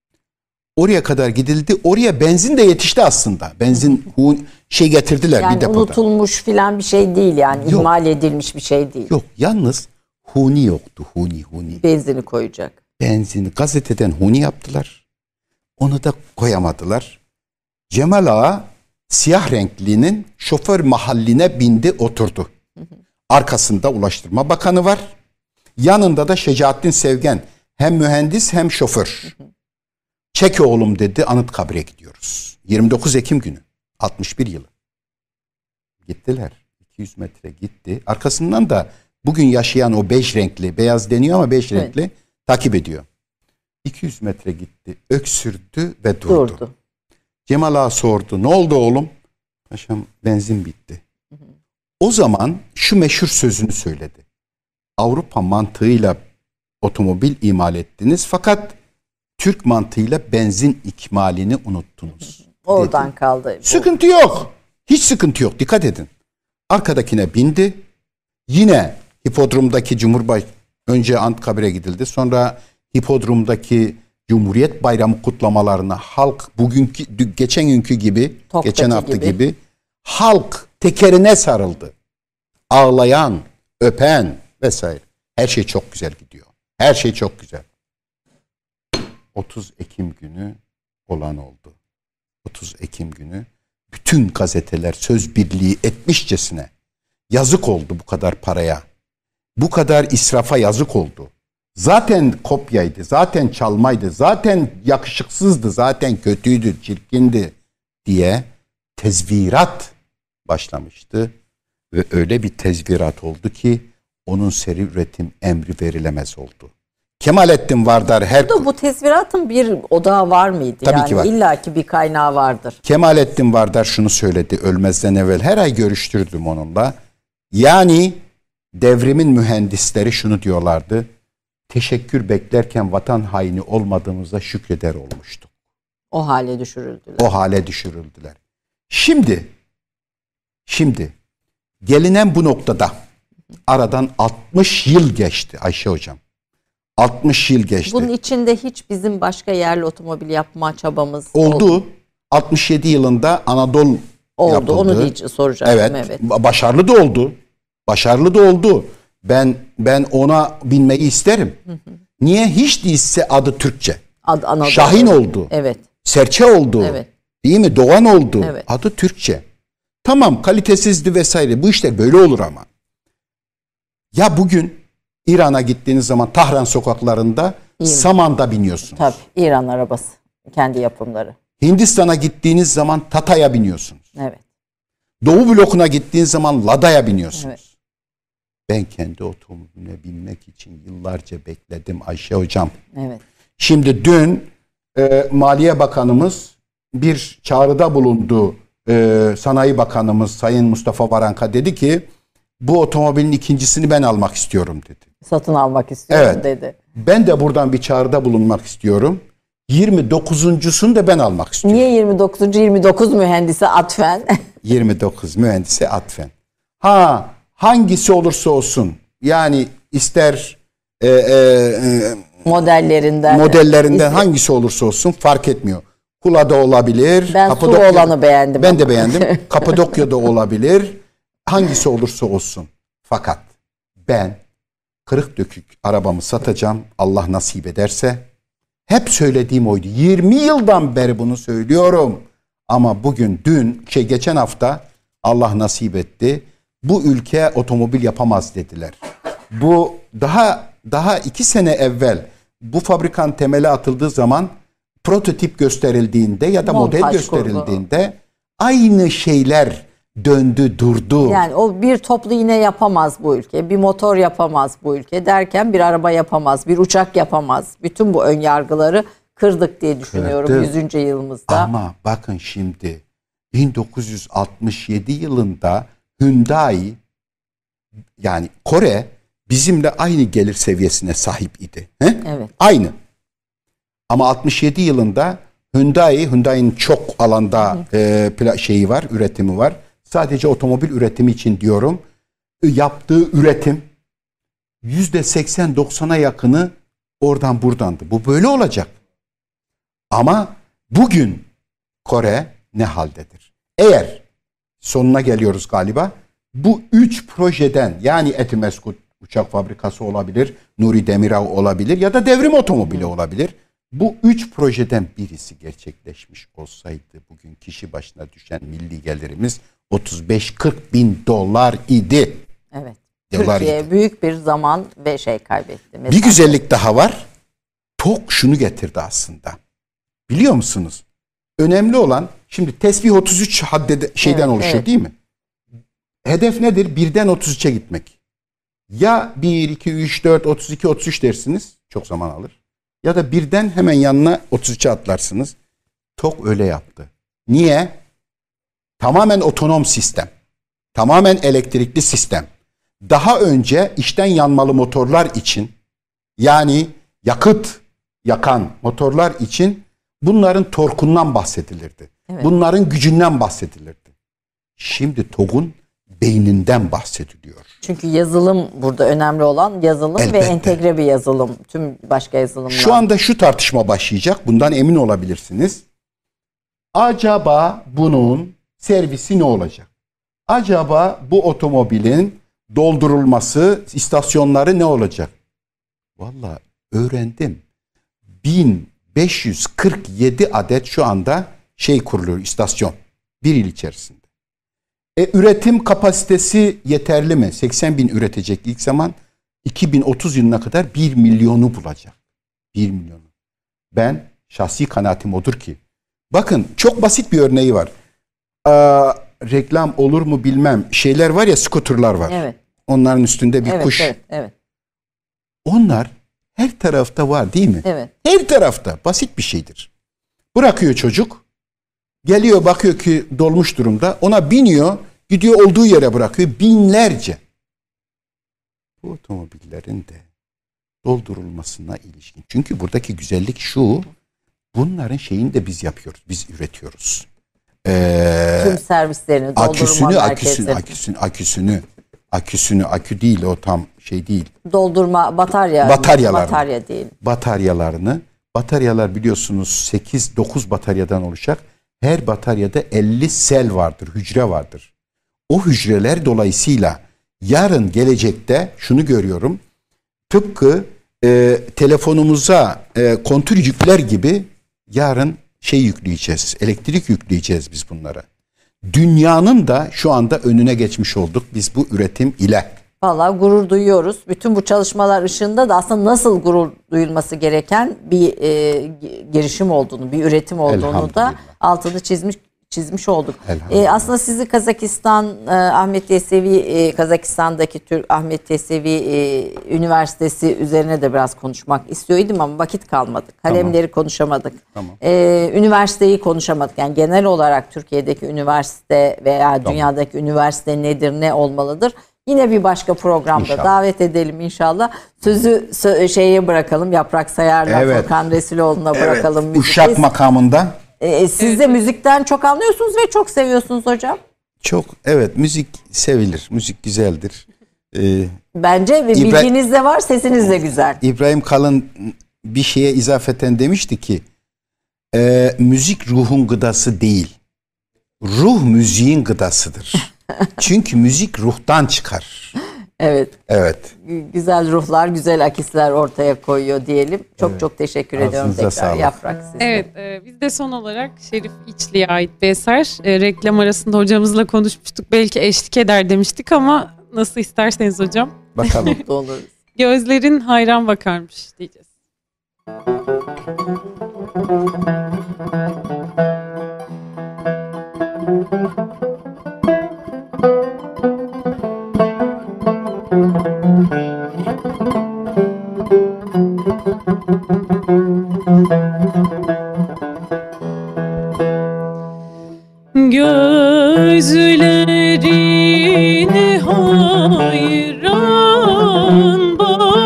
Oraya benzin de yetişti aslında. Benzin getirdiler yani bir depoda. unutulmuş filan bir şey değil yani. Yok. İhmal edilmiş bir şey değil. Yok, yalnız huni yoktu. Huni. Benzini koyacak. Benzini gazeteden huni yaptılar. Onu da koyamadılar. Cemal Ağa siyah renklinin şoför mahalline bindi, oturdu. Arkasında Ulaştırma Bakanı var. Yanında da Şecaettin Sevgen. Hem mühendis hem şoför. Çek oğlum dedi, Anıtkabir'e gidiyoruz. 29 Ekim günü. 61 yılı. Gittiler. 200 metre gitti. Arkasından da bugün yaşayan o bej renkli, beyaz deniyor ama bej renkli takip ediyor. 200 metre gitti. Öksürdü ve durdu. Cemal Ağa sordu. Ne oldu oğlum? Paşam benzin bitti. O zaman şu meşhur sözünü söyledi. Avrupa mantığıyla otomobil imal ettiniz fakat Türk mantığıyla benzin ikmalini unuttunuz. Oradan dedi. kaldı. Sıkıntı yok. Hiç sıkıntı yok. Dikkat edin. Arkadakine bindi. Yine hipodromdaki önce Anıtkabir'e gidildi. Sonra hipodromdaki Cumhuriyet Bayramı kutlamalarına halk geçen günkü gibi, Top'taki geçen hafta gibi halk tekerine sarıldı. Ağlayan, öpen vesaire. Her şey çok güzel gidiyor. Her şey çok güzel. 30 Ekim günü olan oldu. 30 Ekim günü bütün gazeteler söz birliği etmişçesine yazık oldu bu kadar paraya. Bu kadar israfa yazık oldu. Zaten kopyaydı, zaten çalmaydı, zaten yakışıksızdı, zaten kötüydü, çirkindi diye tezvirat başlamıştı. Ve öyle bir tezvirat oldu ki onun seri üretim emri verilemez oldu. Kemalettin Vardar her Bu tesviratın bir odağı var mıydı? Tabii yani ki var. illaki bir kaynağı vardır. Kemalettin Vardar şunu söyledi ölmezden evvel. Her ay görüştürdüm onunla. Yani devrimin mühendisleri şunu diyorlardı. Teşekkür beklerken vatan haini olmadığımıza şükreder olmuştuk. O hale düşürüldüler. O hale düşürüldüler. Şimdi gelinen bu noktada aradan 60 yıl geçti Ayşe hocam. 60 yıl geçti. Bunun içinde hiç bizim başka yerli otomobil yapma çabamız Oldu. 67 yılında Anadolu yapıldı. Onu soracaktım. Evet. Başarılı da oldu. Başarılı da oldu. Ben ona binmeyi isterim. Niye? Hiç değilse adı Türkçe. Anadolu. Şahin oldu. Evet. Serçe oldu. Evet. Değil mi? Doğan oldu. Evet. Adı Türkçe. Tamam, kalitesizdi vesaire. Bu işler böyle olur ama. Ya bugün İran'a gittiğiniz zaman Tahran sokaklarında Saman'da biniyorsunuz. Tabii. İran arabası. Kendi yapımları. Hindistan'a gittiğiniz zaman Tata'ya biniyorsunuz. Evet. Doğu blokuna gittiğiniz zaman Lada'ya biniyorsunuz. Evet. Ben kendi otomobiline binmek için yıllarca bekledim Ayşe hocam. Evet. Şimdi dün Maliye Bakanımız bir çağrıda bulundu. Sanayi Bakanımız Sayın Mustafa Varanka dedi ki bu otomobilin ikincisini ben almak istiyorum dedi. Satın almak istiyorum Evet. dedi. Ben de buradan bir çağrıda bulunmak istiyorum. 29'uncusunu da ben almak istiyorum. Niye 29 mühendisi atfen? 29 mühendisi atfen. Hangisi olursa olsun yani ister modellerinden hangisi olursa olsun fark etmiyor. Kula'da olabilir. Ben su olanı beğendim. Ben de beğendim. Kapadokya'da olabilir. Hangisi olursa olsun. Fakat ben kırık dökük arabamı satacağım Allah nasip ederse. Hep söylediğim oydu. 20 yıldan beri bunu söylüyorum. Ama geçen hafta Allah nasip etti. Bu ülke otomobil yapamaz dediler. Bu daha 2 sene evvel bu fabrikanın temeli atıldığı zaman prototip gösterildiğinde ya da model gösterildiğinde aynı şeyler döndü durdu. Yani o bir toplu iğne yapamaz bu ülke, bir motor yapamaz bu ülke derken bir araba yapamaz, bir uçak yapamaz. Bütün bu ön yargıları kırdık diye düşünüyorum 100. yılımızda. Ama bakın şimdi 1967 yılında Hyundai yani Kore bizimle aynı gelir seviyesine sahip idi. Evet. Aynı. Ama 67 yılında Hyundai'nin çok alanda şeyi var, üretimi var. Sadece otomobil üretimi için diyorum. Yaptığı üretim %80-90'a yakını oradan buradandı. Bu böyle olacak. Ama bugün Kore ne haldedir? Eğer sonuna geliyoruz galiba. Bu 3 projeden yani Etimeskut uçak fabrikası olabilir, Nuri Demirağ olabilir ya da devrim otomobili olabilir. Bu 3 projeden birisi gerçekleşmiş olsaydı bugün kişi başına düşen milli gelirimiz 35-40 bin dolar idi. Evet. Dolar Türkiye idi. büyük bir zaman ve kaybetti. Bir güzellik daha var. TOG şunu getirdi aslında. Biliyor musunuz? Önemli olan şimdi tesbih 33 şeyden oluşuyor evet. değil mi? Hedef nedir? 1'den 33'e gitmek. Ya 1, 2, 3, 4, 32, 33 dersiniz. Çok zaman alır. Ya da 1'den hemen yanına 33'e atlarsınız. TOG öyle yaptı. Niye? Tamamen otonom sistem. Tamamen elektrikli sistem. Daha önce içten yanmalı motorlar için yani yakıt yakan motorlar için bunların torkundan bahsedilirdi. Evet. Bunların gücünden bahsedilirdi. Şimdi TOG'un beyninden bahsediliyor. Çünkü yazılım burada önemli olan yazılım Elbette. ve entegre bir yazılım. Tüm başka yazılımlar. Şu anda şu tartışma başlayacak. Bundan emin olabilirsiniz. Acaba bunun servisi ne olacak? Acaba bu otomobilin doldurulması, istasyonları ne olacak? Vallahi öğrendim. 1547 adet şu anda kuruluyor, istasyon. Bir yıl içerisinde. Üretim kapasitesi yeterli mi? 80 bin üretecek ilk zaman. 2030 yılına kadar 1 milyonu bulacak. 1 milyonu. Ben şahsi kanaatim odur ki. Bakın çok basit bir örneği var. Reklam olur mu bilmem. Şeyler var ya, skuterlar var. Evet. Onların üstünde bir kuş. Evet. Onlar Her tarafta var değil mi? Evet. Her tarafta. Basit bir şeydir. Bırakıyor çocuk. Geliyor bakıyor ki dolmuş durumda. Ona biniyor. Gidiyor olduğu yere bırakıyor. Binlerce. Bu otomobillerin de doldurulmasına ilişkin. Çünkü buradaki güzellik şu. Bunların şeyini de biz yapıyoruz. Biz üretiyoruz. Tüm servislerini, doldurma merkezleri. Akü değil, o tam şey değil. Doldurma batarya değil. Bataryalar biliyorsunuz 8-9 bataryadan oluşacak. Her bataryada 50 sel vardır, hücre vardır. O hücreler dolayısıyla yarın gelecekte şunu görüyorum. Tıpkı telefonumuza kontür yükler gibi yarın şey yükleyeceğiz, elektrik yükleyeceğiz biz bunlara. Dünyanın da şu anda önüne geçmiş olduk biz bu üretim ile. Vallahi gurur duyuyoruz. Bütün bu çalışmalar ışığında da aslında nasıl gurur duyulması gereken bir girişim olduğunu, bir üretim olduğunu da altını çizmiş olduk. Aslında sizi Kazakistan Ahmet Yesevi Kazakistan'daki Ahmet Yesevi Üniversitesi üzerine de biraz konuşmak istiyordum ama vakit kalmadı. Kalemleri konuşamadık. Tamam. Üniversiteyi konuşamadık. Yani genel olarak Türkiye'deki üniversite veya dünyadaki üniversite nedir, ne olmalıdır? Yine bir başka programda İnşallah. Davet edelim inşallah. Sözü şeye bırakalım. Yaprak Sayar'la Furkan Resuloğlu'na bırakalım. Evet. Uşak makamında. Siz de müzikten çok anlıyorsunuz ve çok seviyorsunuz hocam. Çok, evet, müzik sevilir. Müzik güzeldir. Bence bilginiz de var, sesiniz de güzel. İbrahim Kalın bir şeye izafeten demişti ki müzik ruhun gıdası değil. Ruh müziğin gıdasıdır. Çünkü müzik ruhtan çıkar. Evet. Evet. Güzel ruhlar, güzel akisler ortaya koyuyor diyelim. Çok teşekkür ediyorum tekrar sağlık. Yaprak size. Evet, biz de son olarak Şerif İçli'ye ait bir eser. Reklam arasında hocamızla konuşmuştuk. Belki eşlik eder demiştik ama nasıl isterseniz hocam. Bakalım. Mutlu oluruz. Gözlerin hayran bakarmış diyeceğiz. Gözlerine hayran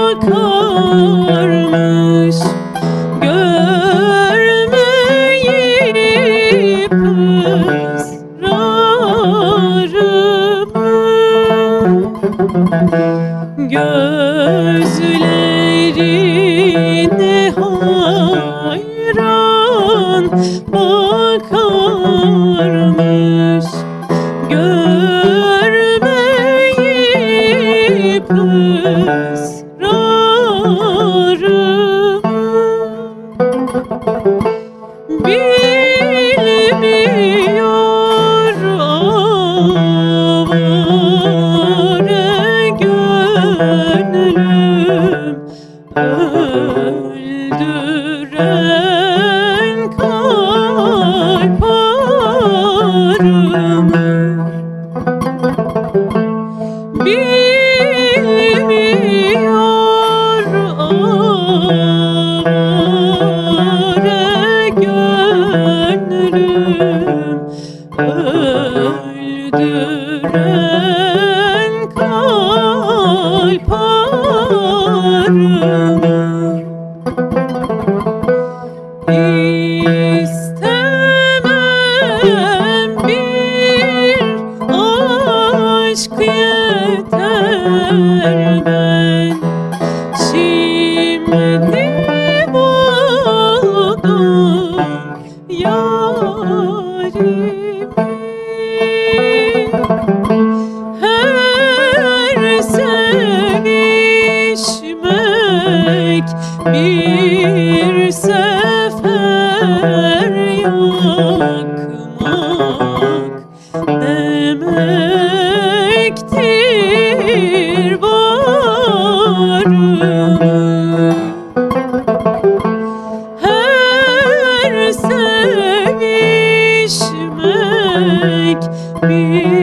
bakarmış, görmeyip ısrarımı. Gözlerine hayran bakarmış, görmeyip ısrarımı. Bilmiyor avare gönlüm, öldüren kalp ağrımı. Bilmiyor avare gönlüm, öldüren kalp ağrımı. İstemem bir aşk yeter, ben şimdi buldum yarimi. Her sevişmek bir sefer yakmak demektir bağrımı. Her sevişmek bir